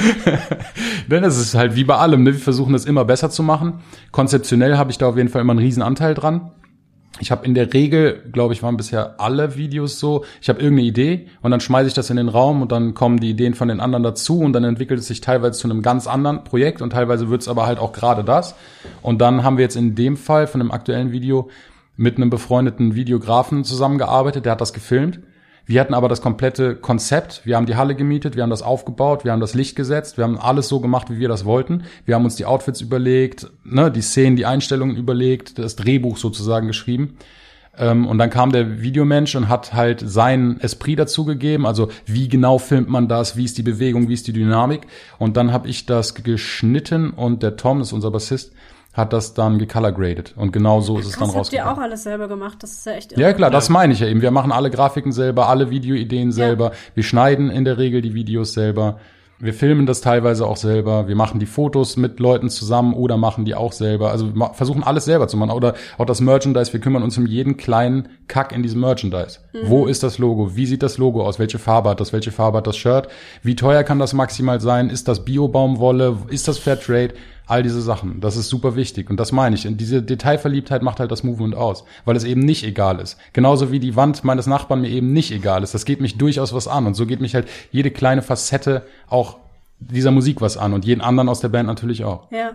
das ist halt wie bei allem. Ne? Wir versuchen das immer besser zu machen. Konzeptionell habe ich da auf jeden Fall immer einen riesen Anteil dran. Ich habe in der Regel, glaube ich, waren bisher alle Videos so, ich habe irgendeine Idee und dann schmeiße ich das in den Raum und dann kommen die Ideen von den anderen dazu und dann entwickelt es sich teilweise zu einem ganz anderen Projekt und teilweise wird es aber halt auch gerade das. Und dann haben wir jetzt in dem Fall von dem aktuellen Video mit einem befreundeten Videografen zusammengearbeitet, der hat das gefilmt. Wir hatten aber das komplette Konzept, wir haben die Halle gemietet, wir haben das aufgebaut, wir haben das Licht gesetzt, wir haben alles so gemacht, wie wir das wollten. Wir haben uns die Outfits überlegt, ne, die Szenen, die Einstellungen überlegt, das Drehbuch sozusagen geschrieben. Ähm, und dann kam der Videomensch und hat halt seinen Esprit dazugegeben, also wie genau filmt man das, wie ist die Bewegung, wie ist die Dynamik. Und dann habe ich das geschnitten und der Tom, das ist unser Bassist, hat das dann gecolorgraded und genau so ist es dann rausgekommen. Das habt ihr auch alles selber gemacht, das ist ja echt irre. Ja klar, das meine ich ja eben. Wir machen alle Grafiken selber, alle Videoideen selber. Ja. Wir schneiden in der Regel die Videos selber. Wir filmen das teilweise auch selber. Wir machen die Fotos mit Leuten zusammen oder machen die auch selber. Also wir versuchen alles selber zu machen. Oder auch das Merchandise. Wir kümmern uns um jeden kleinen Kack in diesem Merchandise. Mhm. Wo ist das Logo? Wie sieht das Logo aus? Welche Farbe hat das? Welche Farbe hat das Shirt? Wie teuer kann das maximal sein? Ist das Bio-Baumwolle? Ist das Fairtrade? All diese Sachen, das ist super wichtig und das meine ich. Und diese Detailverliebtheit macht halt das Movement aus, weil es eben nicht egal ist. Genauso wie die Wand meines Nachbarn mir eben nicht egal ist. Das geht mich durchaus was an und so geht mich halt jede kleine Facette auch dieser Musik was an und jeden anderen aus der Band natürlich auch. Ja.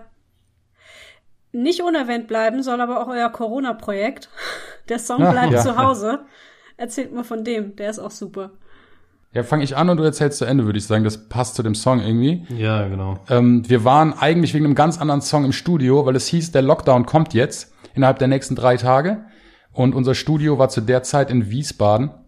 Nicht unerwähnt bleiben soll aber auch euer Corona-Projekt. Der Song bleibt ja. zu Hause. Erzählt mal von dem, der ist auch super. Ja, fange ich an und du erzählst zu Ende, würde ich sagen. Das passt zu dem Song irgendwie. Ja, genau. Ähm, wir waren eigentlich wegen einem ganz anderen Song im Studio, weil es hieß, der Lockdown kommt jetzt innerhalb der nächsten drei Tage. Und unser Studio war zu der Zeit in Wiesbaden.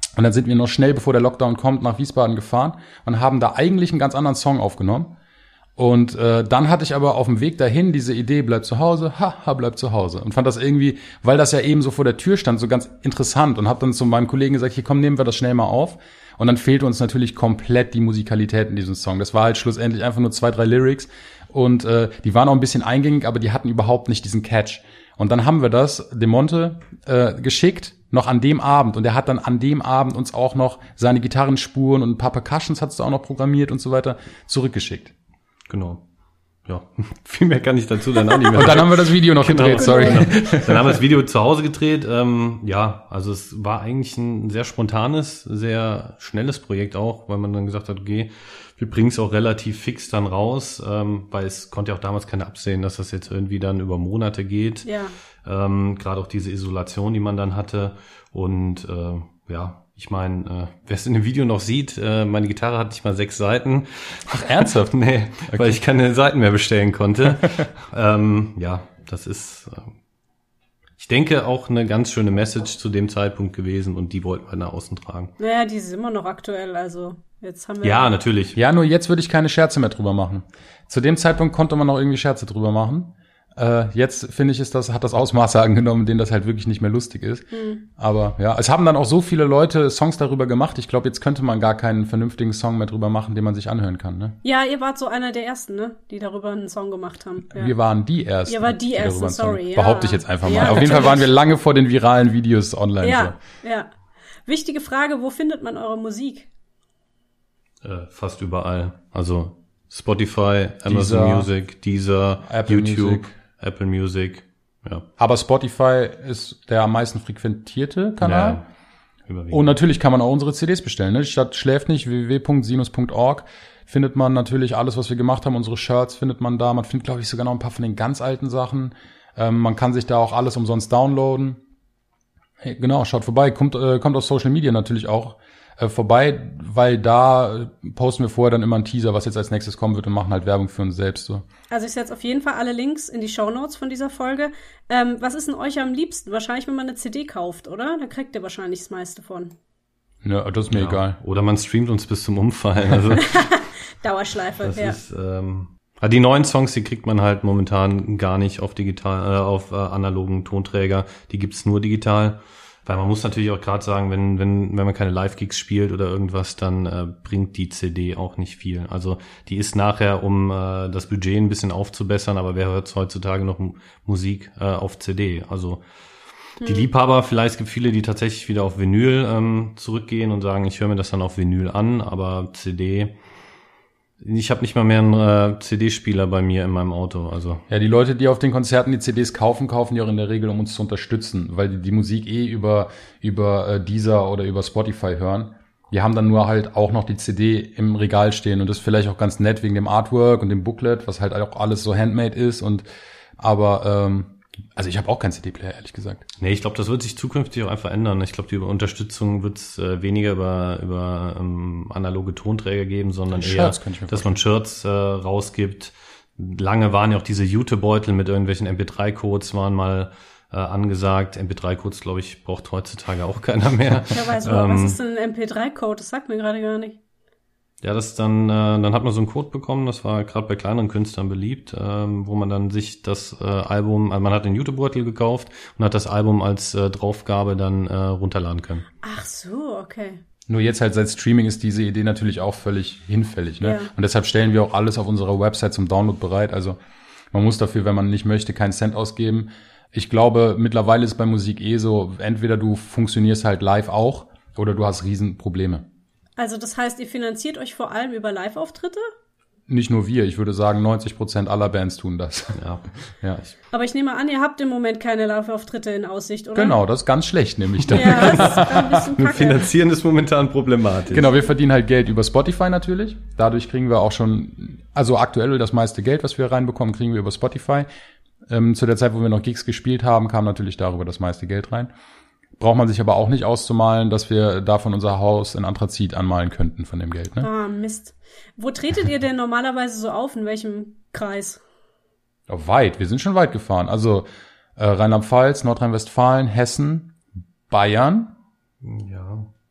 Und dann sind wir noch schnell, bevor der Lockdown kommt, nach Wiesbaden gefahren und haben da eigentlich einen ganz anderen Song aufgenommen. Und äh, dann hatte ich aber auf dem Weg dahin diese Idee, bleib zu Hause, haha, bleib zu Hause. Und fand das irgendwie, weil das ja eben so vor der Tür stand, so ganz interessant. Und habe dann zu meinem Kollegen gesagt, hier komm, nehmen wir das schnell mal auf. Und dann fehlte uns natürlich komplett die Musikalität in diesem Song. Das war halt schlussendlich einfach nur zwei, drei Lyrics. Und äh, die waren auch ein bisschen eingängig, aber die hatten überhaupt nicht diesen Catch. Und dann haben wir das dem Monte äh, geschickt, noch an dem Abend. Und er hat dann an dem Abend uns auch noch seine Gitarrenspuren und ein paar Percussions hat's da auch noch programmiert und so weiter zurückgeschickt. Genau. Ja, viel mehr kann ich dazu dann auch nicht mehr. Und dann haben wir das Video noch genau, gedreht, sorry. Genau. Dann haben wir das Video zu Hause gedreht. Ähm, ja, also es war eigentlich ein sehr spontanes, sehr schnelles Projekt auch, weil man dann gesagt hat, okay, wir bringen es auch relativ fix dann raus, ähm, weil es konnte ja auch damals keiner absehen, dass das jetzt irgendwie dann über Monate geht. Ja. Ähm, gerade auch diese Isolation, die man dann hatte. Und äh, ja, ich meine, äh, wer es in dem Video noch sieht, äh, meine Gitarre hat nicht mal sechs Seiten. Ach, ernsthaft? Nee, okay. Weil ich keine Seiten mehr bestellen konnte. ähm, ja, das ist, äh, ich denke, auch eine ganz schöne Message zu dem Zeitpunkt gewesen und die wollten wir nach außen tragen. Naja, die ist immer noch aktuell, also jetzt haben wir... Ja, natürlich. Ja, nur jetzt würde ich keine Scherze mehr drüber machen. Zu dem Zeitpunkt konnte man noch irgendwie Scherze drüber machen. Äh, jetzt, finde ich, ist das, hat das Ausmaße angenommen, denen das halt wirklich nicht mehr lustig ist. Mhm. Aber ja, es haben dann auch so viele Leute Songs darüber gemacht. Ich glaube, jetzt könnte man gar keinen vernünftigen Song mehr drüber machen, den man sich anhören kann, ne? Ja, ihr wart so einer der Ersten, ne? Die darüber einen Song gemacht haben. Ja. Wir waren die Ersten. Ihr wart die, die Ersten, sorry. Ja. Behaupte ich jetzt einfach mal. Ja, Auf natürlich. jeden Fall waren wir lange vor den viralen Videos online. Ja, so. ja. Wichtige Frage, wo findet man eure Musik? Äh, fast überall. Also Spotify, Amazon Deezer, Music, Deezer, Apple YouTube, Music. Apple Music, ja. Aber Spotify ist der am meisten frequentierte Kanal. Ja, überwiegend. Und natürlich kann man auch unsere C Ds bestellen. Ne? Die Stadt schläft nicht, w w w punkt sinus punkt org findet man natürlich alles, was wir gemacht haben. Unsere Shirts findet man da. Man findet, glaube ich, sogar noch ein paar von den ganz alten Sachen. Ähm, man kann sich da auch alles umsonst downloaden. Hey, genau, schaut vorbei. Kommt, äh, kommt auf Social Media natürlich auch äh, vorbei, weil da äh, posten wir vorher dann immer einen Teaser, was jetzt als nächstes kommen wird und machen halt Werbung für uns selbst. So. Also ich setze auf jeden Fall alle Links in die Shownotes von dieser Folge. Ähm, was ist denn euch am liebsten? Wahrscheinlich, wenn man eine C D kauft, oder? Da kriegt ihr wahrscheinlich das meiste von. Ja, das ist mir ja. egal. Oder man streamt uns bis zum Umfallen. Also Dauerschleife, das ja. ist, ähm, die neuen Songs, die kriegt man halt momentan gar nicht auf digital, äh, auf äh, analogen Tonträger. Die gibt's nur digital. Weil man muss natürlich auch gerade sagen, wenn wenn wenn man keine Live-Gigs spielt oder irgendwas, dann äh, bringt die C D auch nicht viel. Also die ist nachher, um äh, das Budget ein bisschen aufzubessern, aber wer hört heutzutage noch M- Musik äh, auf C D? Also hm. die Liebhaber, vielleicht es gibt viele, die tatsächlich wieder auf Vinyl ähm, zurückgehen und sagen, ich höre mir das dann auf Vinyl an, aber C D... Ich habe nicht mal mehr einen äh, C D-Spieler bei mir in meinem Auto. Also ja, die Leute, die auf den Konzerten die C Ds kaufen, kaufen die auch in der Regel, um uns zu unterstützen, weil die die Musik eh über über äh, Deezer oder über Spotify hören. Die haben dann nur halt auch noch die C D im Regal stehen und das ist vielleicht auch ganz nett wegen dem Artwork und dem Booklet, was halt auch alles so handmade ist. Und aber ähm, also ich habe auch keinen C D-Player, ehrlich gesagt. Nee, ich glaube, das wird sich zukünftig auch einfach ändern. Ich glaube, die Unterstützung wird es äh, weniger über über ähm, analoge Tonträger geben, sondern Shirts, eher, kann ich mir dass man Shirts äh, rausgibt. Lange waren ja auch diese Jutebeutel mit irgendwelchen M P drei Codes waren mal äh, angesagt. M P drei Codes, glaube ich, braucht heutzutage auch keiner mehr. Ja, weiß ähm, was ist denn ein M P drei Code? Das sagt mir gerade gar nicht. Ja, das dann, äh, dann hat man so einen Code bekommen, das war gerade bei kleineren Künstlern beliebt, ähm, wo man dann sich das äh, Album, also man hat den YouTube-Beutel gekauft und hat das Album als äh, Draufgabe dann äh, runterladen können. Ach so, okay. Nur jetzt halt seit Streaming ist diese Idee natürlich auch völlig hinfällig, ne? Ja. Und deshalb stellen wir auch alles auf unserer Website zum Download bereit. Also man muss dafür, wenn man nicht möchte, keinen Cent ausgeben. Ich glaube, mittlerweile ist bei Musik eh so, entweder du funktionierst halt live auch oder du hast Riesenprobleme. Also das heißt, ihr finanziert euch vor allem über Live-Auftritte? Nicht nur wir, ich würde sagen, neunzig Prozent aller Bands tun das. Ja. Ja. Aber ich nehme an, ihr habt im Moment keine Live-Auftritte in Aussicht, oder? Genau, das ist ganz schlecht, nämlich dann. Ja, das ist ein bisschen kacke. Finanzieren ist momentan problematisch. Genau, wir verdienen halt Geld über Spotify natürlich. Dadurch kriegen wir auch schon, also aktuell das meiste Geld, was wir reinbekommen, kriegen wir über Spotify. Ähm, zu der Zeit, wo wir noch Gigs gespielt haben, kam natürlich darüber das meiste Geld rein. Braucht man sich aber auch nicht auszumalen, dass wir davon unser Haus in Anthrazit anmalen könnten von dem Geld, ne? Ah, Mist. Wo tretet ihr denn normalerweise so auf? In welchem Kreis? Ja, weit, wir sind schon weit gefahren. Also äh, Rheinland-Pfalz, Nordrhein-Westfalen, Hessen, Bayern. Ja.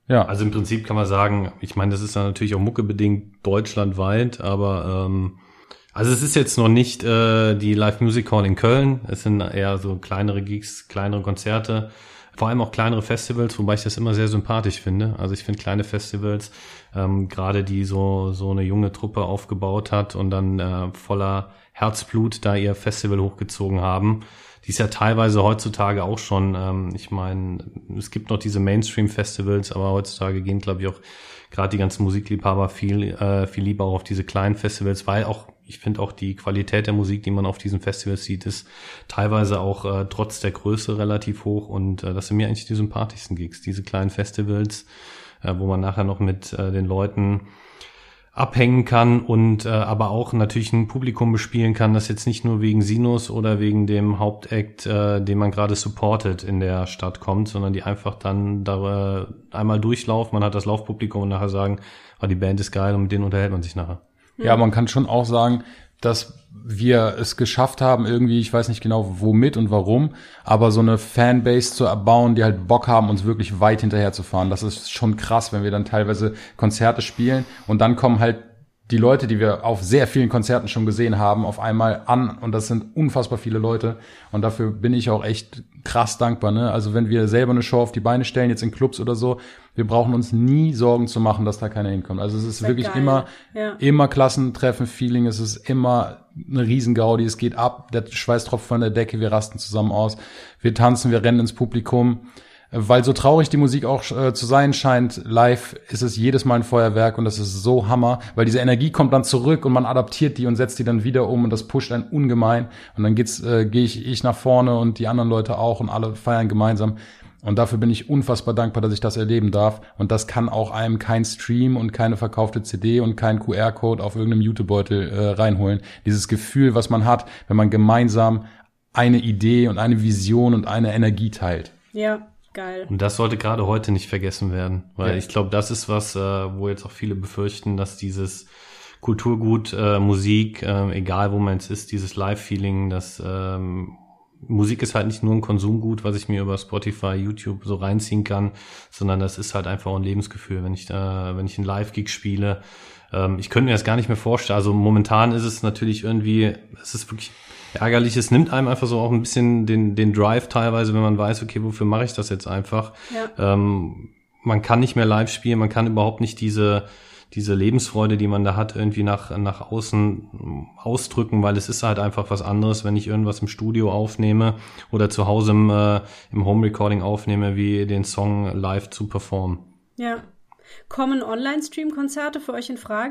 Ja. Also im Prinzip kann man sagen, ich meine, das ist dann natürlich auch muckebedingt deutschlandweit, aber ähm, also es ist jetzt noch nicht äh, die Live Music Hall in Köln, es sind eher so kleinere Gigs, kleinere Konzerte, vor allem auch kleinere Festivals, wobei ich das immer sehr sympathisch finde. Also ich finde kleine Festivals, ähm, gerade die so so eine junge Truppe aufgebaut hat und dann äh, voller Herzblut da ihr Festival hochgezogen haben. Die ist ja teilweise heutzutage auch schon, ähm, ich meine, es gibt noch diese Mainstream-Festivals, aber heutzutage gehen, glaube ich, auch gerade die ganzen Musikliebhaber viel äh, viel lieber auch auf diese kleinen Festivals, weil auch, ich finde auch die Qualität der Musik, die man auf diesen Festivals sieht, ist teilweise auch äh, trotz der Größe relativ hoch und äh, das sind mir eigentlich die sympathischsten Gigs, diese kleinen Festivals, äh, wo man nachher noch mit äh, den Leuten abhängen kann und äh, aber auch natürlich ein Publikum bespielen kann, das jetzt nicht nur wegen Sinus oder wegen dem Hauptakt, äh, den man gerade supportet, in der Stadt kommt, sondern die einfach dann da äh, einmal durchlaufen, man hat das Laufpublikum und nachher sagen, oh, die Band ist geil und mit denen unterhält man sich nachher. Ja, man kann schon auch sagen, dass wir es geschafft haben, irgendwie, ich weiß nicht genau womit und warum, aber so eine Fanbase zu erbauen, die halt Bock haben, uns wirklich weit hinterher zu fahren. Das ist schon krass, wenn wir dann teilweise Konzerte spielen und dann kommen halt die Leute, die wir auf sehr vielen Konzerten schon gesehen haben, auf einmal an und das sind unfassbar viele Leute und dafür bin ich auch echt krass dankbar, ne? Also wenn wir selber eine Show auf die Beine stellen, jetzt in Clubs oder so, wir brauchen uns nie Sorgen zu machen, dass da keiner hinkommt. Also es ist Sehr wirklich geil. immer, Ja. immer Klassentreffen-Feeling, es ist immer eine Riesengaudi, es geht ab, der Schweiß tropft von der Decke, wir rasten zusammen aus, wir tanzen, wir rennen ins Publikum. Weil so traurig die Musik auch äh, zu sein scheint, live ist es jedes Mal ein Feuerwerk und das ist so Hammer, weil diese Energie kommt dann zurück und man adaptiert die und setzt die dann wieder um und das pusht einen ungemein und dann geht's äh, gehe ich ich nach vorne und die anderen Leute auch und alle feiern gemeinsam und dafür bin ich unfassbar dankbar, dass ich das erleben darf und das kann auch einem kein Stream und keine verkaufte C D und kein Q R-Code auf irgendeinem Jutebeutel äh, reinholen. Dieses Gefühl, was man hat, wenn man gemeinsam eine Idee und eine Vision und eine Energie teilt. Ja. Geil. Und das sollte gerade heute nicht vergessen werden, weil Ja. ich glaube, das ist was, äh, wo jetzt auch viele befürchten, dass dieses Kulturgut, äh, Musik, äh, egal wo man jetzt ist, dieses Live-Feeling, dass ähm, Musik ist halt nicht nur ein Konsumgut, was ich mir über Spotify, YouTube so reinziehen kann, sondern das ist halt einfach ein Lebensgefühl, wenn ich da, wenn ich einen Live-Gig spiele. Ähm, ich könnte mir das gar nicht mehr vorstellen. Also momentan ist es natürlich irgendwie, es ist wirklich ärgerlich, es nimmt einem einfach so auch ein bisschen den den Drive teilweise, wenn man weiß, okay, wofür mache ich das jetzt einfach? Ja. Ähm, man kann nicht mehr live spielen, man kann überhaupt nicht diese diese Lebensfreude, die man da hat, irgendwie nach nach außen ausdrücken, weil es ist halt einfach was anderes, wenn ich irgendwas im Studio aufnehme oder zu Hause im, äh, im Home Recording aufnehme, wie den Song live zu performen. Ja. Kommen Online-Stream-Konzerte für euch in Frage?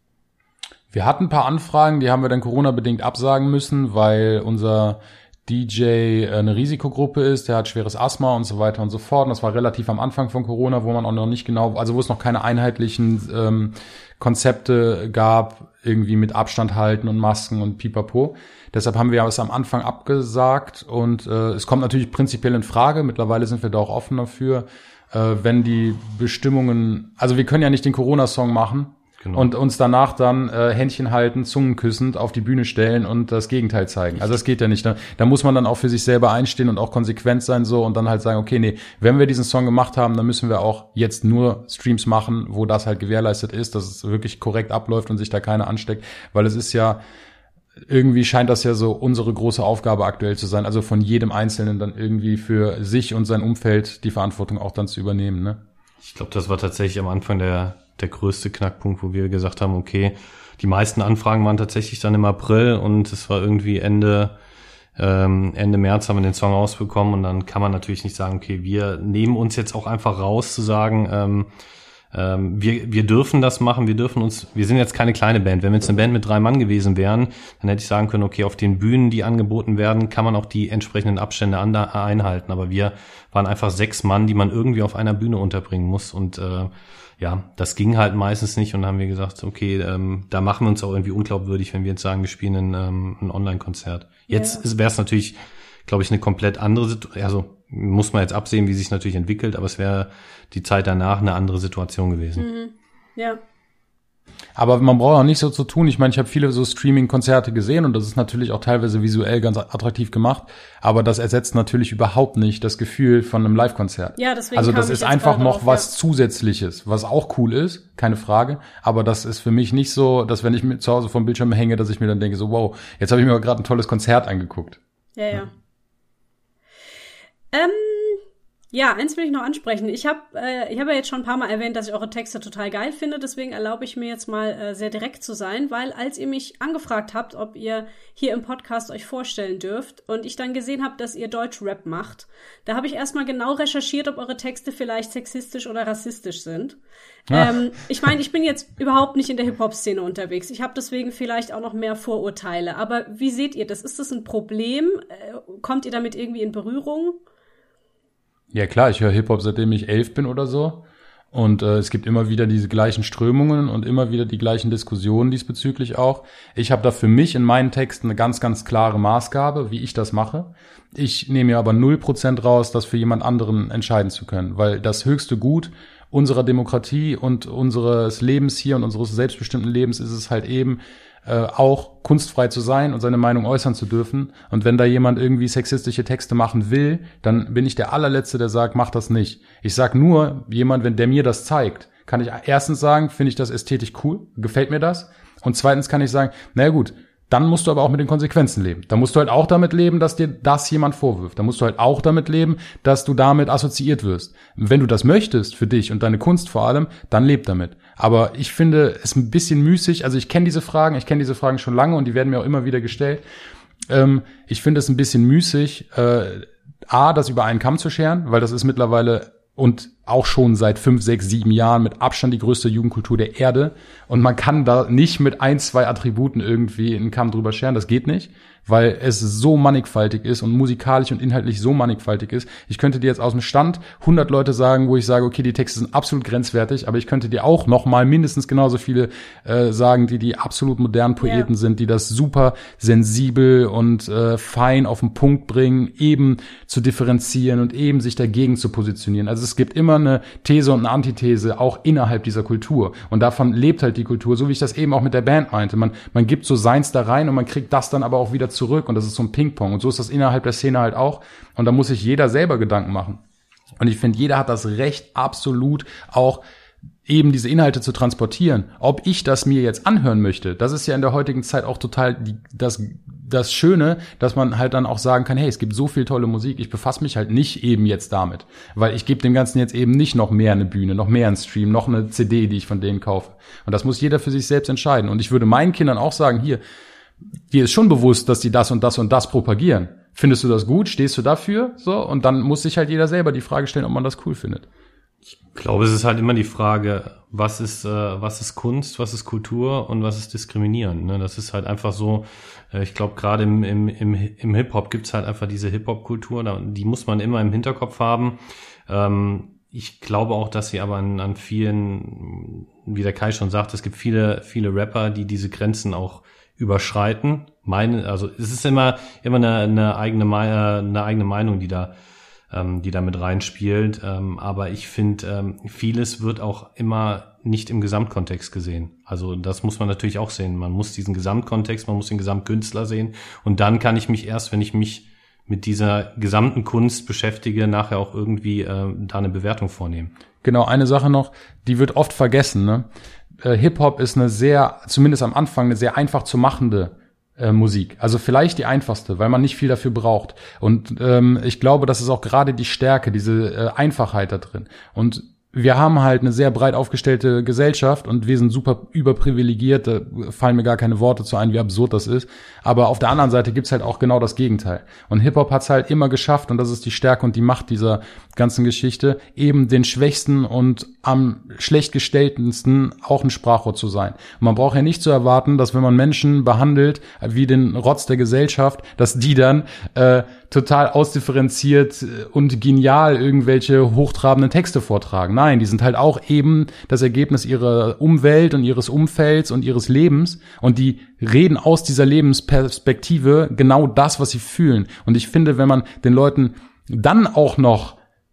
Wir hatten ein paar Anfragen, die haben wir dann Corona-bedingt absagen müssen, weil unser D J eine Risikogruppe ist, der hat schweres Asthma und so weiter und so fort. Und das war relativ am Anfang von Corona, wo man auch noch nicht genau, also wo es noch keine einheitlichen ähm, Konzepte gab, irgendwie mit Abstand halten und Masken und pipapo. Deshalb haben wir es am Anfang abgesagt und äh, es kommt natürlich prinzipiell in Frage. Mittlerweile sind wir da auch offen dafür, äh, wenn die Bestimmungen, also wir können ja nicht den Corona-Song machen. Genau. Und uns danach dann äh, Händchen halten, Zungen küssend auf die Bühne stellen und das Gegenteil zeigen. Also das geht ja nicht. Da, da muss man dann auch für sich selber einstehen und auch konsequent sein so und dann halt sagen, okay, nee, wenn wir diesen Song gemacht haben, dann müssen wir auch jetzt nur Streams machen, wo das halt gewährleistet ist, dass es wirklich korrekt abläuft und sich da keiner ansteckt. Weil es ist ja, irgendwie scheint das ja so unsere große Aufgabe aktuell zu sein, also von jedem Einzelnen dann irgendwie für sich und sein Umfeld die Verantwortung auch dann zu übernehmen, ne? Ich glaube, das war tatsächlich am Anfang der der größte Knackpunkt, wo wir gesagt haben, okay, die meisten Anfragen waren tatsächlich dann im April und es war irgendwie Ende ähm, Ende März haben wir den Song rausbekommen und dann kann man natürlich nicht sagen, okay, wir nehmen uns jetzt auch einfach raus zu sagen, ähm, ähm, wir wir dürfen das machen, wir dürfen uns, wir sind jetzt keine kleine Band, wenn wir jetzt eine Band mit drei Mann gewesen wären, dann hätte ich sagen können, okay, auf den Bühnen, die angeboten werden, kann man auch die entsprechenden Abstände an, einhalten, aber wir waren einfach sechs Mann, die man irgendwie auf einer Bühne unterbringen muss und äh, ja, das ging halt meistens nicht und dann haben wir gesagt, okay, ähm, da machen wir uns auch irgendwie unglaubwürdig, wenn wir jetzt sagen, wir spielen ein, ähm, ein Online-Konzert. Jetzt ja. wäre es natürlich, glaube ich, eine komplett andere Situation, also muss man jetzt absehen, wie sich natürlich entwickelt, aber es wäre die Zeit danach eine andere Situation gewesen. Mhm. Ja. Aber man braucht auch nicht so zu tun. Ich meine, ich habe viele so Streaming-Konzerte gesehen und das ist natürlich auch teilweise visuell ganz attraktiv gemacht. Aber das ersetzt natürlich überhaupt nicht das Gefühl von einem Live-Konzert. Ja, deswegen also das kam ist ich einfach jetzt noch drauf, was ja. Zusätzliches, was auch cool ist, keine Frage. Aber das ist für mich nicht so, dass wenn ich mit zu Hause vom Bildschirm hänge, dass ich mir dann denke, so wow, jetzt habe ich mir aber gerade ein tolles Konzert angeguckt. Ja, ja. Ähm, ja, eins will ich noch ansprechen. Ich habe äh, ich habe ja jetzt schon ein paar Mal erwähnt, dass ich eure Texte total geil finde. Deswegen erlaube ich mir jetzt mal äh, sehr direkt zu sein, weil als ihr mich angefragt habt, ob ihr hier im Podcast euch vorstellen dürft und ich dann gesehen habe, dass ihr Deutsch-Rap macht, da habe ich erstmal genau recherchiert, ob eure Texte vielleicht sexistisch oder rassistisch sind. Ähm, ich meine, ich bin jetzt überhaupt nicht in der Hip-Hop-Szene unterwegs. Ich habe deswegen vielleicht auch noch mehr Vorurteile. Aber wie seht ihr das? Ist das ein Problem? Äh, kommt ihr damit irgendwie in Berührung? Ja klar, ich höre Hip-Hop, seitdem ich elf bin oder so. Und äh, es gibt immer wieder diese gleichen Strömungen und immer wieder die gleichen Diskussionen diesbezüglich auch. Ich habe da für mich in meinen Texten eine ganz, ganz klare Maßgabe, wie ich das mache. Ich nehme mir aber null Prozent raus, das für jemand anderen entscheiden zu können. Weil das höchste Gut unserer Demokratie und unseres Lebens hier und unseres selbstbestimmten Lebens ist es halt eben, Äh, auch kunstfrei zu sein und seine Meinung äußern zu dürfen. Und wenn da jemand irgendwie sexistische Texte machen will, dann bin ich der allerletzte, der sagt, mach das nicht. Ich sag nur, jemand, wenn der mir das zeigt, kann ich erstens sagen, finde ich das ästhetisch cool, gefällt mir das. Und zweitens kann ich sagen, naja gut, dann musst du aber auch mit den Konsequenzen leben. Da musst du halt auch damit leben, dass dir das jemand vorwirft. Da musst du halt auch damit leben, dass du damit assoziiert wirst. Wenn du das möchtest für dich und deine Kunst vor allem, dann leb damit. Aber ich finde es ein bisschen müßig. Also ich kenne diese Fragen, ich kenne diese Fragen schon lange und die werden mir auch immer wieder gestellt. Ähm, ich finde es ein bisschen müßig, äh, A, das über einen Kamm zu scheren, weil das ist mittlerweile und auch schon seit fünf, sechs, sieben Jahren mit Abstand die größte Jugendkultur der Erde. Und man kann da nicht mit ein, zwei Attributen irgendwie einen Kamm drüber scheren. Das geht nicht, weil es so mannigfaltig ist und musikalisch und inhaltlich so mannigfaltig ist. Ich könnte dir jetzt aus dem Stand hundert Leute sagen, wo ich sage, okay, die Texte sind absolut grenzwertig, aber ich könnte dir auch noch mal mindestens genauso viele äh, sagen, die die absolut modernen Poeten yeah. sind, die das super sensibel und äh, fein auf den Punkt bringen, eben zu differenzieren und eben sich dagegen zu positionieren. Also es gibt immer eine These und eine Antithese auch innerhalb dieser Kultur. Und davon lebt halt die Kultur, so wie ich das eben auch mit der Band meinte. Man, man gibt so seins da rein und man kriegt das dann aber auch wieder zurück. Und das ist so ein Ping-Pong. Und so ist das innerhalb der Szene halt auch. Und da muss sich jeder selber Gedanken machen. Und ich finde, jeder hat das Recht, absolut auch eben diese Inhalte zu transportieren. Ob ich das mir jetzt anhören möchte, das ist ja in der heutigen Zeit auch total die, das das Schöne, dass man halt dann auch sagen kann, hey, es gibt so viel tolle Musik, ich befasse mich halt nicht eben jetzt damit, weil ich gebe dem Ganzen jetzt eben nicht noch mehr eine Bühne, noch mehr einen Stream, noch eine C D, die ich von denen kaufe. Und das muss jeder für sich selbst entscheiden. Und ich würde meinen Kindern auch sagen, hier, dir ist schon bewusst, dass die das und das und das propagieren. Findest du das gut? Stehst du dafür? So, und dann muss sich halt jeder selber die Frage stellen, ob man das cool findet. Ich glaube, es ist halt immer die Frage, was ist, äh, was ist Kunst, was ist Kultur und was ist Diskriminieren. Ne? Das ist halt einfach so, äh, ich glaube, gerade im, im, im, im Hip-Hop gibt's halt einfach diese Hip-Hop-Kultur, die muss man immer im Hinterkopf haben. Ähm, ich glaube auch, dass sie aber an, an vielen, wie der Kai schon sagt, es gibt viele, viele Rapper, die diese Grenzen auch überschreiten. Meine, also es ist immer, immer eine, eine eigene, eine eigene Meinung, die da die da mit reinspielt. Aber ich finde, vieles wird auch immer nicht im Gesamtkontext gesehen. Also das muss man natürlich auch sehen. Man muss diesen Gesamtkontext, man muss den Gesamtkünstler sehen. Und dann kann ich mich erst, wenn ich mich mit dieser gesamten Kunst beschäftige, nachher auch irgendwie äh, da eine Bewertung vornehmen. Genau, eine Sache noch, die wird oft vergessen. Ne? Äh, Hip-Hop ist eine sehr, zumindest am Anfang, eine sehr einfach zu machende Musik. Also vielleicht die einfachste, weil man nicht viel dafür braucht. Und ähm, ich glaube, das ist auch gerade die Stärke, diese äh, Einfachheit da drin. Und wir haben halt eine sehr breit aufgestellte Gesellschaft und wir sind super überprivilegiert, da fallen mir gar keine Worte zu ein, wie absurd das ist. Aber auf der anderen Seite gibt's halt auch genau das Gegenteil. Und Hip-Hop hat's halt immer geschafft, und das ist die Stärke und die Macht dieser ganzen Geschichte, eben den Schwächsten und am schlechtgestelltensten auch ein Sprachrohr zu sein. Und man braucht ja nicht zu erwarten, dass wenn man Menschen behandelt wie den Rotz der Gesellschaft, dass die dann äh, total ausdifferenziert und genial irgendwelche hochtrabenden Texte vortragen. Nein, die sind halt auch eben das Ergebnis ihrer Umwelt und ihres Umfelds und ihres Lebens, und die reden aus dieser Lebensperspektive genau das, was sie fühlen. Und ich finde, wenn man den Leuten dann auch noch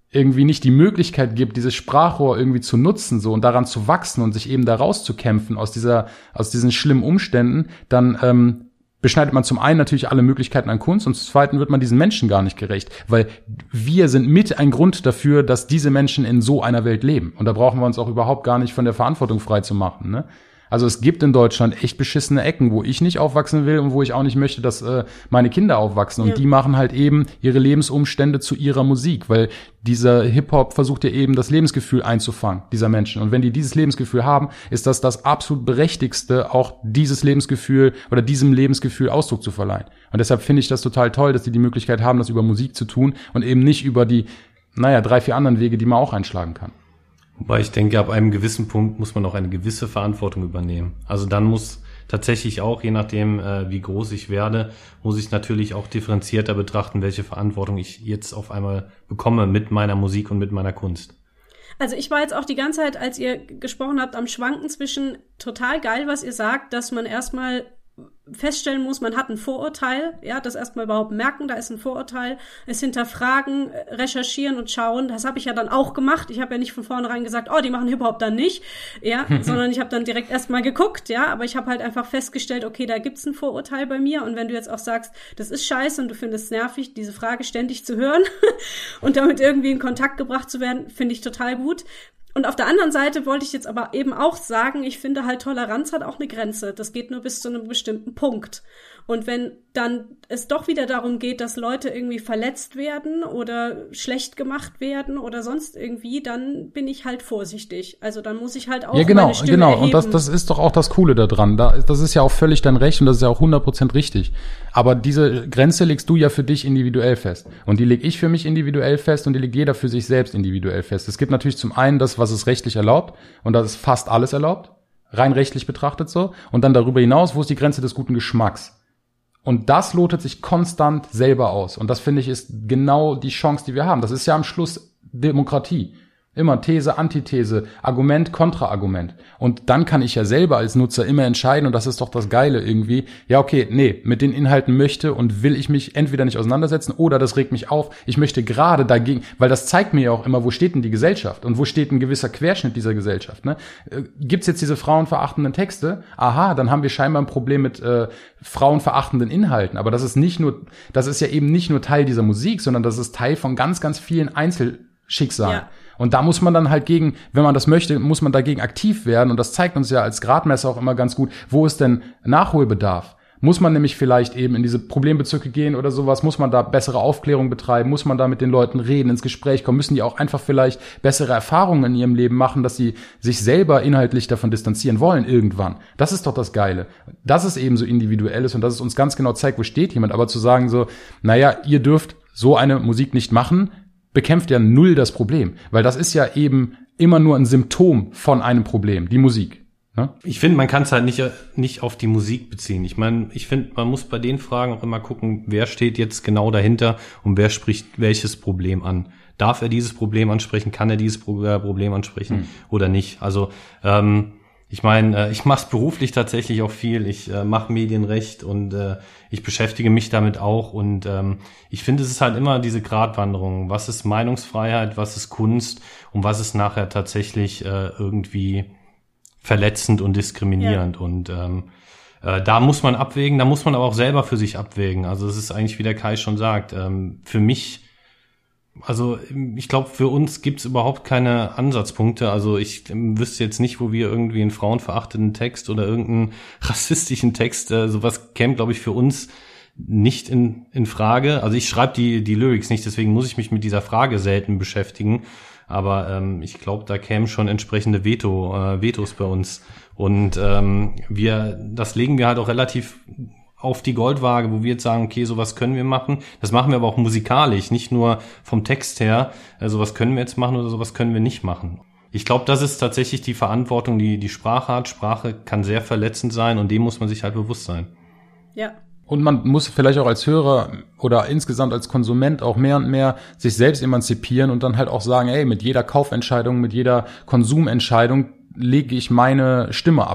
irgendwie nicht die Möglichkeit gibt, dieses Sprachrohr irgendwie zu nutzen, so, und daran zu wachsen und sich eben da rauszukämpfen aus dieser, aus diesen schlimmen Umständen, dann, ähm, beschneidet man zum einen natürlich alle Möglichkeiten an Kunst und zum zweiten wird man diesen Menschen gar nicht gerecht, weil wir sind mit ein Grund dafür, dass diese Menschen in so einer Welt leben. Und da brauchen wir uns auch überhaupt gar nicht von der Verantwortung frei zu machen, ne? Also es gibt in Deutschland echt beschissene Ecken, wo ich nicht aufwachsen will und wo ich auch nicht möchte, dass äh, meine Kinder aufwachsen. Und ja. die machen halt eben ihre Lebensumstände zu ihrer Musik, weil dieser Hip-Hop versucht ja eben das Lebensgefühl einzufangen, dieser Menschen. Und wenn die dieses Lebensgefühl haben, ist das das absolut Berechtigste, auch dieses Lebensgefühl oder diesem Lebensgefühl Ausdruck zu verleihen. Und deshalb finde ich das total toll, dass die die Möglichkeit haben, das über Musik zu tun und eben nicht über die, naja, drei, vier anderen Wege, die man auch einschlagen kann. Wobei ich denke, ab einem gewissen Punkt muss man auch eine gewisse Verantwortung übernehmen. Also dann muss tatsächlich auch, je nachdem, äh, wie groß ich werde, muss ich natürlich auch differenzierter betrachten, welche Verantwortung ich jetzt auf einmal bekomme mit meiner Musik und mit meiner Kunst. Also ich war jetzt auch die ganze Zeit, als ihr gesprochen habt, am Schwanken zwischen total geil, was ihr sagt, dass man erstmal feststellen muss, man hat ein Vorurteil, ja, das erstmal überhaupt merken, da ist ein Vorurteil, es hinterfragen, recherchieren und schauen, das habe ich ja dann auch gemacht, ich habe ja nicht von vornherein gesagt, oh, die machen Hip-Hop dann nicht, ja, sondern ich habe dann direkt erstmal geguckt, ja, aber ich habe halt einfach festgestellt, okay, da gibt's ein Vorurteil bei mir und wenn du jetzt auch sagst, das ist scheiße und du findest es nervig, diese Frage ständig zu hören und damit irgendwie in Kontakt gebracht zu werden, finde ich total gut. Und auf der anderen Seite wollte ich jetzt aber eben auch sagen, ich finde halt, Toleranz hat auch eine Grenze. Das geht nur bis zu einem bestimmten Punkt. Und wenn dann es doch wieder darum geht, dass Leute irgendwie verletzt werden oder schlecht gemacht werden oder sonst irgendwie, dann bin ich halt vorsichtig. Also dann muss ich halt auch ja, genau, meine Stimme genau. erheben. Und das, das ist doch auch das Coole daran. Da, das ist ja auch völlig dein Recht und das ist ja auch hundert Prozent richtig. Aber diese Grenze legst du ja für dich individuell fest. Und die leg ich für mich individuell fest und die legt jeder für sich selbst individuell fest. Es gibt natürlich zum einen das, was es rechtlich erlaubt und das ist fast alles erlaubt, rein rechtlich betrachtet so. Und dann darüber hinaus, wo ist die Grenze des guten Geschmacks? Und das lotet sich konstant selber aus. Und das, finde ich, ist genau die Chance, die wir haben. Das ist ja am Schluss Demokratie. Immer These, Antithese, Argument, Kontraargument. Und dann kann ich ja selber als Nutzer immer entscheiden, und das ist doch das Geile irgendwie, ja okay, nee, mit den Inhalten möchte und will ich mich entweder nicht auseinandersetzen oder das regt mich auf. Ich möchte gerade dagegen, weil das zeigt mir ja auch immer, wo steht denn die Gesellschaft und wo steht ein gewisser Querschnitt dieser Gesellschaft. Ne? Gibt's jetzt diese frauenverachtenden Texte? Aha, dann haben wir scheinbar ein Problem mit äh, frauenverachtenden Inhalten. Aber das ist nicht nur, das ist ja eben nicht nur Teil dieser Musik, sondern das ist Teil von ganz, ganz vielen Einzelschicksalen. Ja. Und da muss man dann halt gegen, wenn man das möchte, muss man dagegen aktiv werden. Und das zeigt uns ja als Gradmesser auch immer ganz gut, wo ist denn Nachholbedarf? Muss man nämlich vielleicht eben in diese Problembezirke gehen oder sowas? Muss man da bessere Aufklärung betreiben? Muss man da mit den Leuten reden, ins Gespräch kommen? Müssen die auch einfach vielleicht bessere Erfahrungen in ihrem Leben machen, dass sie sich selber inhaltlich davon distanzieren wollen irgendwann? Das ist doch das Geile. Dass es eben so individuell ist und dass es uns ganz genau zeigt, wo steht jemand. Aber zu sagen so, naja, ihr dürft so eine Musik nicht machen, bekämpft ja null das Problem. Weil das ist ja eben immer nur ein Symptom von einem Problem, die Musik. Ne? Ich finde, man kann es halt nicht, nicht auf die Musik beziehen. Ich meine, ich finde, man muss bei den Fragen auch immer gucken, wer steht jetzt genau dahinter und wer spricht welches Problem an. Darf er dieses Problem ansprechen? Kann er dieses Problem ansprechen hm. oder nicht? Also ähm, ich meine, äh, ich mache es beruflich tatsächlich auch viel. Ich äh, mache Medienrecht und äh, ich beschäftige mich damit auch. Und ähm, ich finde, es ist halt immer diese Gratwanderung. Was ist Meinungsfreiheit? Was ist Kunst? Und was ist nachher tatsächlich äh, irgendwie verletzend und diskriminierend? Ja. Und ähm, äh, da muss man abwägen. Da muss man aber auch selber für sich abwägen. Also es ist eigentlich, wie der Kai schon sagt, ähm, für mich, also ich glaube, für uns gibt's überhaupt keine Ansatzpunkte. Also ich wüsste jetzt nicht, wo wir irgendwie einen frauenverachtenden Text oder irgendeinen rassistischen Text, äh, sowas käme, glaube ich, für uns nicht in in Frage. Also ich schreibe die die Lyrics nicht, deswegen muss ich mich mit dieser Frage selten beschäftigen. Aber ähm, ich glaube, da kämen schon entsprechende Veto, äh, Vetos bei uns. Und ähm, wir, das legen wir halt auch relativ auf die Goldwaage, wo wir jetzt sagen, okay, sowas können wir machen. Das machen wir aber auch musikalisch, nicht nur vom Text her, äh, sowas können wir jetzt machen oder sowas können wir nicht machen. Ich glaube, das ist tatsächlich die Verantwortung, die die Sprache hat. Sprache kann sehr verletzend sein und dem muss man sich halt bewusst sein. Ja. Und man muss vielleicht auch als Hörer oder insgesamt als Konsument auch mehr und mehr sich selbst emanzipieren und dann halt auch sagen, ey, mit jeder Kaufentscheidung, mit jeder Konsumentscheidung lege ich meine Stimme ab.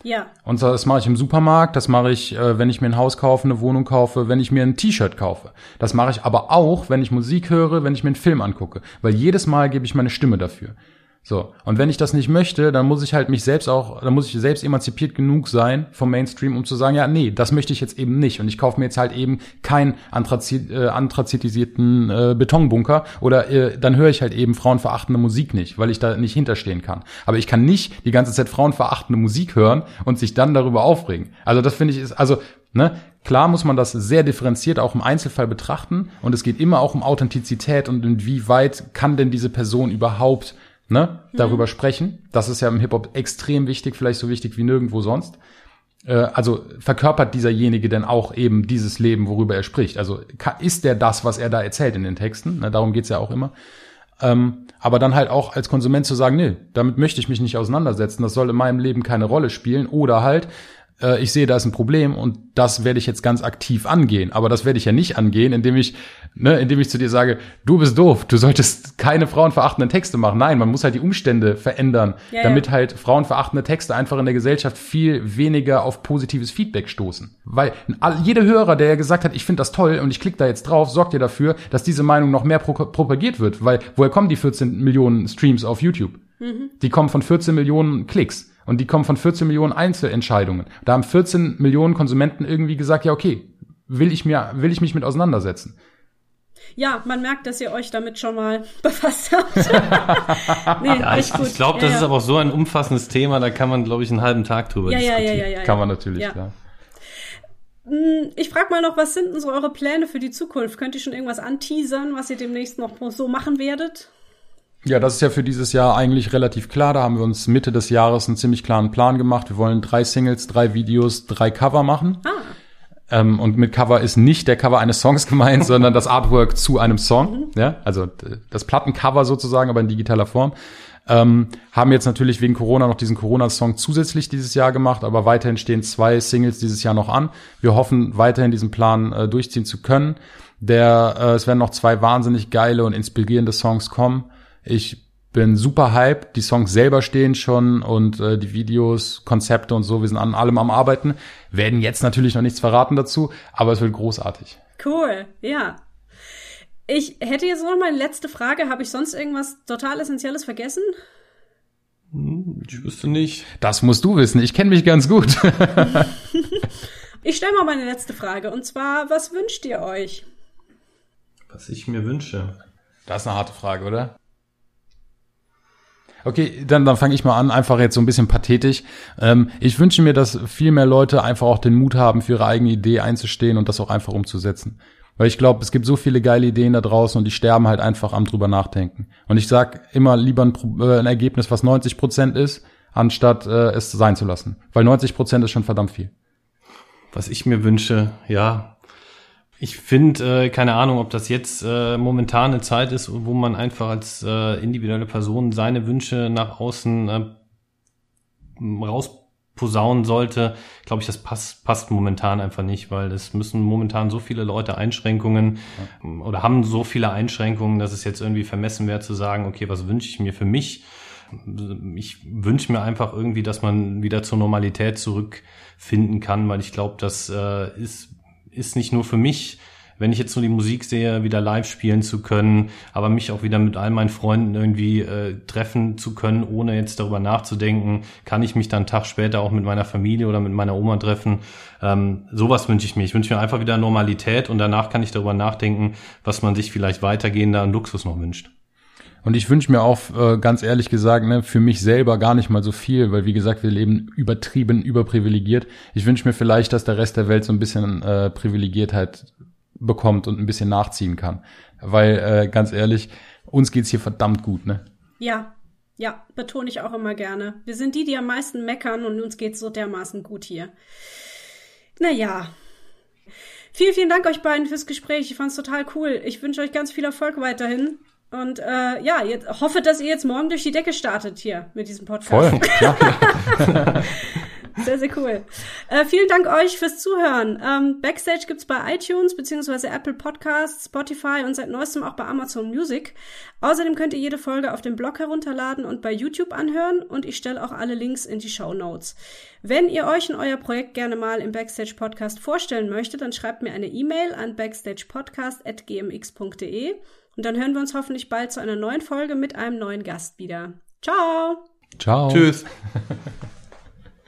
Ja. Und das mache ich im Supermarkt, das mache ich, äh, wenn ich mir ein Haus kaufe, eine Wohnung kaufe, wenn ich mir ein T-Shirt kaufe. Das mache ich aber auch, wenn ich Musik höre, wenn ich mir einen Film angucke. Weil jedes Mal gebe ich meine Stimme dafür. So. Und wenn ich das nicht möchte, dann muss ich halt mich selbst auch, dann muss ich selbst emanzipiert genug sein vom Mainstream, um zu sagen, ja, nee, das möchte ich jetzt eben nicht. Und ich kaufe mir jetzt halt eben keinen Anthrazit, äh, anthrazitisierten äh, Betonbunker oder äh, dann höre ich halt eben frauenverachtende Musik nicht, weil ich da nicht hinterstehen kann. Aber ich kann nicht die ganze Zeit frauenverachtende Musik hören und sich dann darüber aufregen. Also das finde ich ist, also, ne, klar muss man das sehr differenziert auch im Einzelfall betrachten und es geht immer auch um Authentizität und inwieweit kann denn diese Person überhaupt Ne, darüber mhm. sprechen. Das ist ja im Hip-Hop extrem wichtig, vielleicht so wichtig wie nirgendwo sonst. Äh, also verkörpert dieserjenige denn auch eben dieses Leben, worüber er spricht? Also ist der das, was er da erzählt in den Texten? Ne, darum geht's ja auch immer. Ähm, aber dann halt auch als Konsument zu sagen, nee, damit möchte ich mich nicht auseinandersetzen. Das soll in meinem Leben keine Rolle spielen. Oder halt, äh, ich sehe, da ist ein Problem und das werde ich jetzt ganz aktiv angehen. Aber das werde ich ja nicht angehen, indem ich Ne, indem ich zu dir sage, du bist doof, du solltest keine frauenverachtenden Texte machen. Nein, man muss halt die Umstände verändern, ja, damit ja. halt frauenverachtende Texte einfach in der Gesellschaft viel weniger auf positives Feedback stoßen. Weil jeder Hörer, der ja gesagt hat, ich finde das toll und ich klicke da jetzt drauf, sorgt ja dafür, dass diese Meinung noch mehr pro- propagiert wird. Weil woher kommen die vierzehn Millionen Streams auf YouTube? Mhm. Die kommen von vierzehn Millionen Klicks und die kommen von vierzehn Millionen Einzelentscheidungen. Da haben vierzehn Millionen Konsumenten irgendwie gesagt, ja okay, will ich mir, will ich mich mit auseinandersetzen. Ja, man merkt, dass ihr euch damit schon mal befasst habt. nee, ja, ich, ich glaube, das ja, ist ja. aber auch so ein umfassendes Thema, da kann man, glaube ich, einen halben Tag drüber ja, diskutieren. Ja, ja, ja, ja, kann man natürlich, ja. klar. Ich frage mal noch, was sind denn so eure Pläne für die Zukunft? Könnt ihr schon irgendwas anteasern, was ihr demnächst noch so machen werdet? Ja, das ist ja für dieses Jahr eigentlich relativ klar. Da haben wir uns Mitte des Jahres einen ziemlich klaren Plan gemacht. Wir wollen drei Singles, drei Videos, drei Cover machen. Ah. Ähm, und mit Cover ist nicht der Cover eines Songs gemeint, sondern das Artwork zu einem Song. Mhm. Ja, also das Plattencover sozusagen, aber in digitaler Form. Ähm, haben jetzt natürlich wegen Corona noch diesen Corona-Song zusätzlich dieses Jahr gemacht, aber weiterhin stehen zwei Singles dieses Jahr noch an. Wir hoffen, weiterhin diesen Plan äh, durchziehen zu können. Der, äh, es werden noch zwei wahnsinnig geile und inspirierende Songs kommen. Ich bin super hyped. Die Songs selber stehen schon und äh, die Videos, Konzepte und so, wir sind an allem am Arbeiten. Werden jetzt natürlich noch nichts verraten dazu, aber es wird großartig. Cool, ja. Ich hätte jetzt noch mal eine letzte Frage. Habe ich sonst irgendwas total Essentielles vergessen? Ich wüsste nicht. Das musst du wissen. Ich kenne mich ganz gut. Ich stelle mal meine letzte Frage. Und zwar, was wünscht ihr euch? Was ich mir wünsche? Das ist eine harte Frage, oder? Okay, dann, dann fange ich mal an, einfach jetzt so ein bisschen pathetisch. Ähm, ich wünsche mir, dass viel mehr Leute einfach auch den Mut haben, für ihre eigene Idee einzustehen und das auch einfach umzusetzen. Weil ich glaube, es gibt so viele geile Ideen da draußen und die sterben halt einfach am drüber nachdenken. Und ich sag immer lieber ein, äh, ein Ergebnis, was neunzig Prozent ist, anstatt äh, es sein zu lassen. Weil neunzig Prozent ist schon verdammt viel. Was ich mir wünsche, ja... Ich finde, äh, keine Ahnung, ob das jetzt äh, momentan eine Zeit ist, wo man einfach als äh, individuelle Person seine Wünsche nach außen äh, rausposaunen sollte. Glaube ich, das passt, passt momentan einfach nicht, weil es müssen momentan so viele Leute Einschränkungen ja. oder haben so viele Einschränkungen, dass es jetzt irgendwie vermessen wäre zu sagen, okay, was wünsche ich mir für mich? Ich wünsche mir einfach irgendwie, dass man wieder zur Normalität zurückfinden kann, weil ich glaube, das äh, ist ist nicht nur für mich, wenn ich jetzt nur die Musik sehe, wieder live spielen zu können, aber mich auch wieder mit all meinen Freunden irgendwie äh, treffen zu können, ohne jetzt darüber nachzudenken, kann ich mich dann einen Tag später auch mit meiner Familie oder mit meiner Oma treffen. Ähm, sowas wünsche ich mir. Ich wünsche mir einfach wieder Normalität und danach kann ich darüber nachdenken, was man sich vielleicht weitergehender an Luxus noch wünscht. Und ich wünsche mir auch, äh, ganz ehrlich gesagt, ne, für mich selber gar nicht mal so viel, weil wie gesagt, wir leben übertrieben, überprivilegiert. Ich wünsche mir vielleicht, dass der Rest der Welt so ein bisschen äh, Privilegiertheit bekommt und ein bisschen nachziehen kann. Weil, äh, ganz ehrlich, uns geht's hier verdammt gut, ne? Ja, ja, betone ich auch immer gerne. Wir sind die, die am meisten meckern und uns geht's so dermaßen gut hier. Naja. Vielen, vielen Dank euch beiden fürs Gespräch. Ich fand's total cool. Ich wünsche euch ganz viel Erfolg weiterhin. Und äh, ja, jetzt hoffe, dass ihr jetzt morgen durch die Decke startet hier mit diesem Podcast. Voll, klar. Sehr, sehr cool. Äh, vielen Dank euch fürs Zuhören. Ähm, Backstage gibt's bei iTunes beziehungsweise Apple Podcasts, Spotify und seit neuestem auch bei Amazon Music. Außerdem könnt ihr jede Folge auf dem Blog herunterladen und bei YouTube anhören und ich stelle auch alle Links in die Shownotes. Wenn ihr euch und euer Projekt gerne mal im Backstage Podcast vorstellen möchtet, dann schreibt mir eine E-Mail an backstagepodcast at g m x punkt d e und dann hören wir uns hoffentlich bald zu einer neuen Folge mit einem neuen Gast wieder. Ciao! Ciao. Tschüss.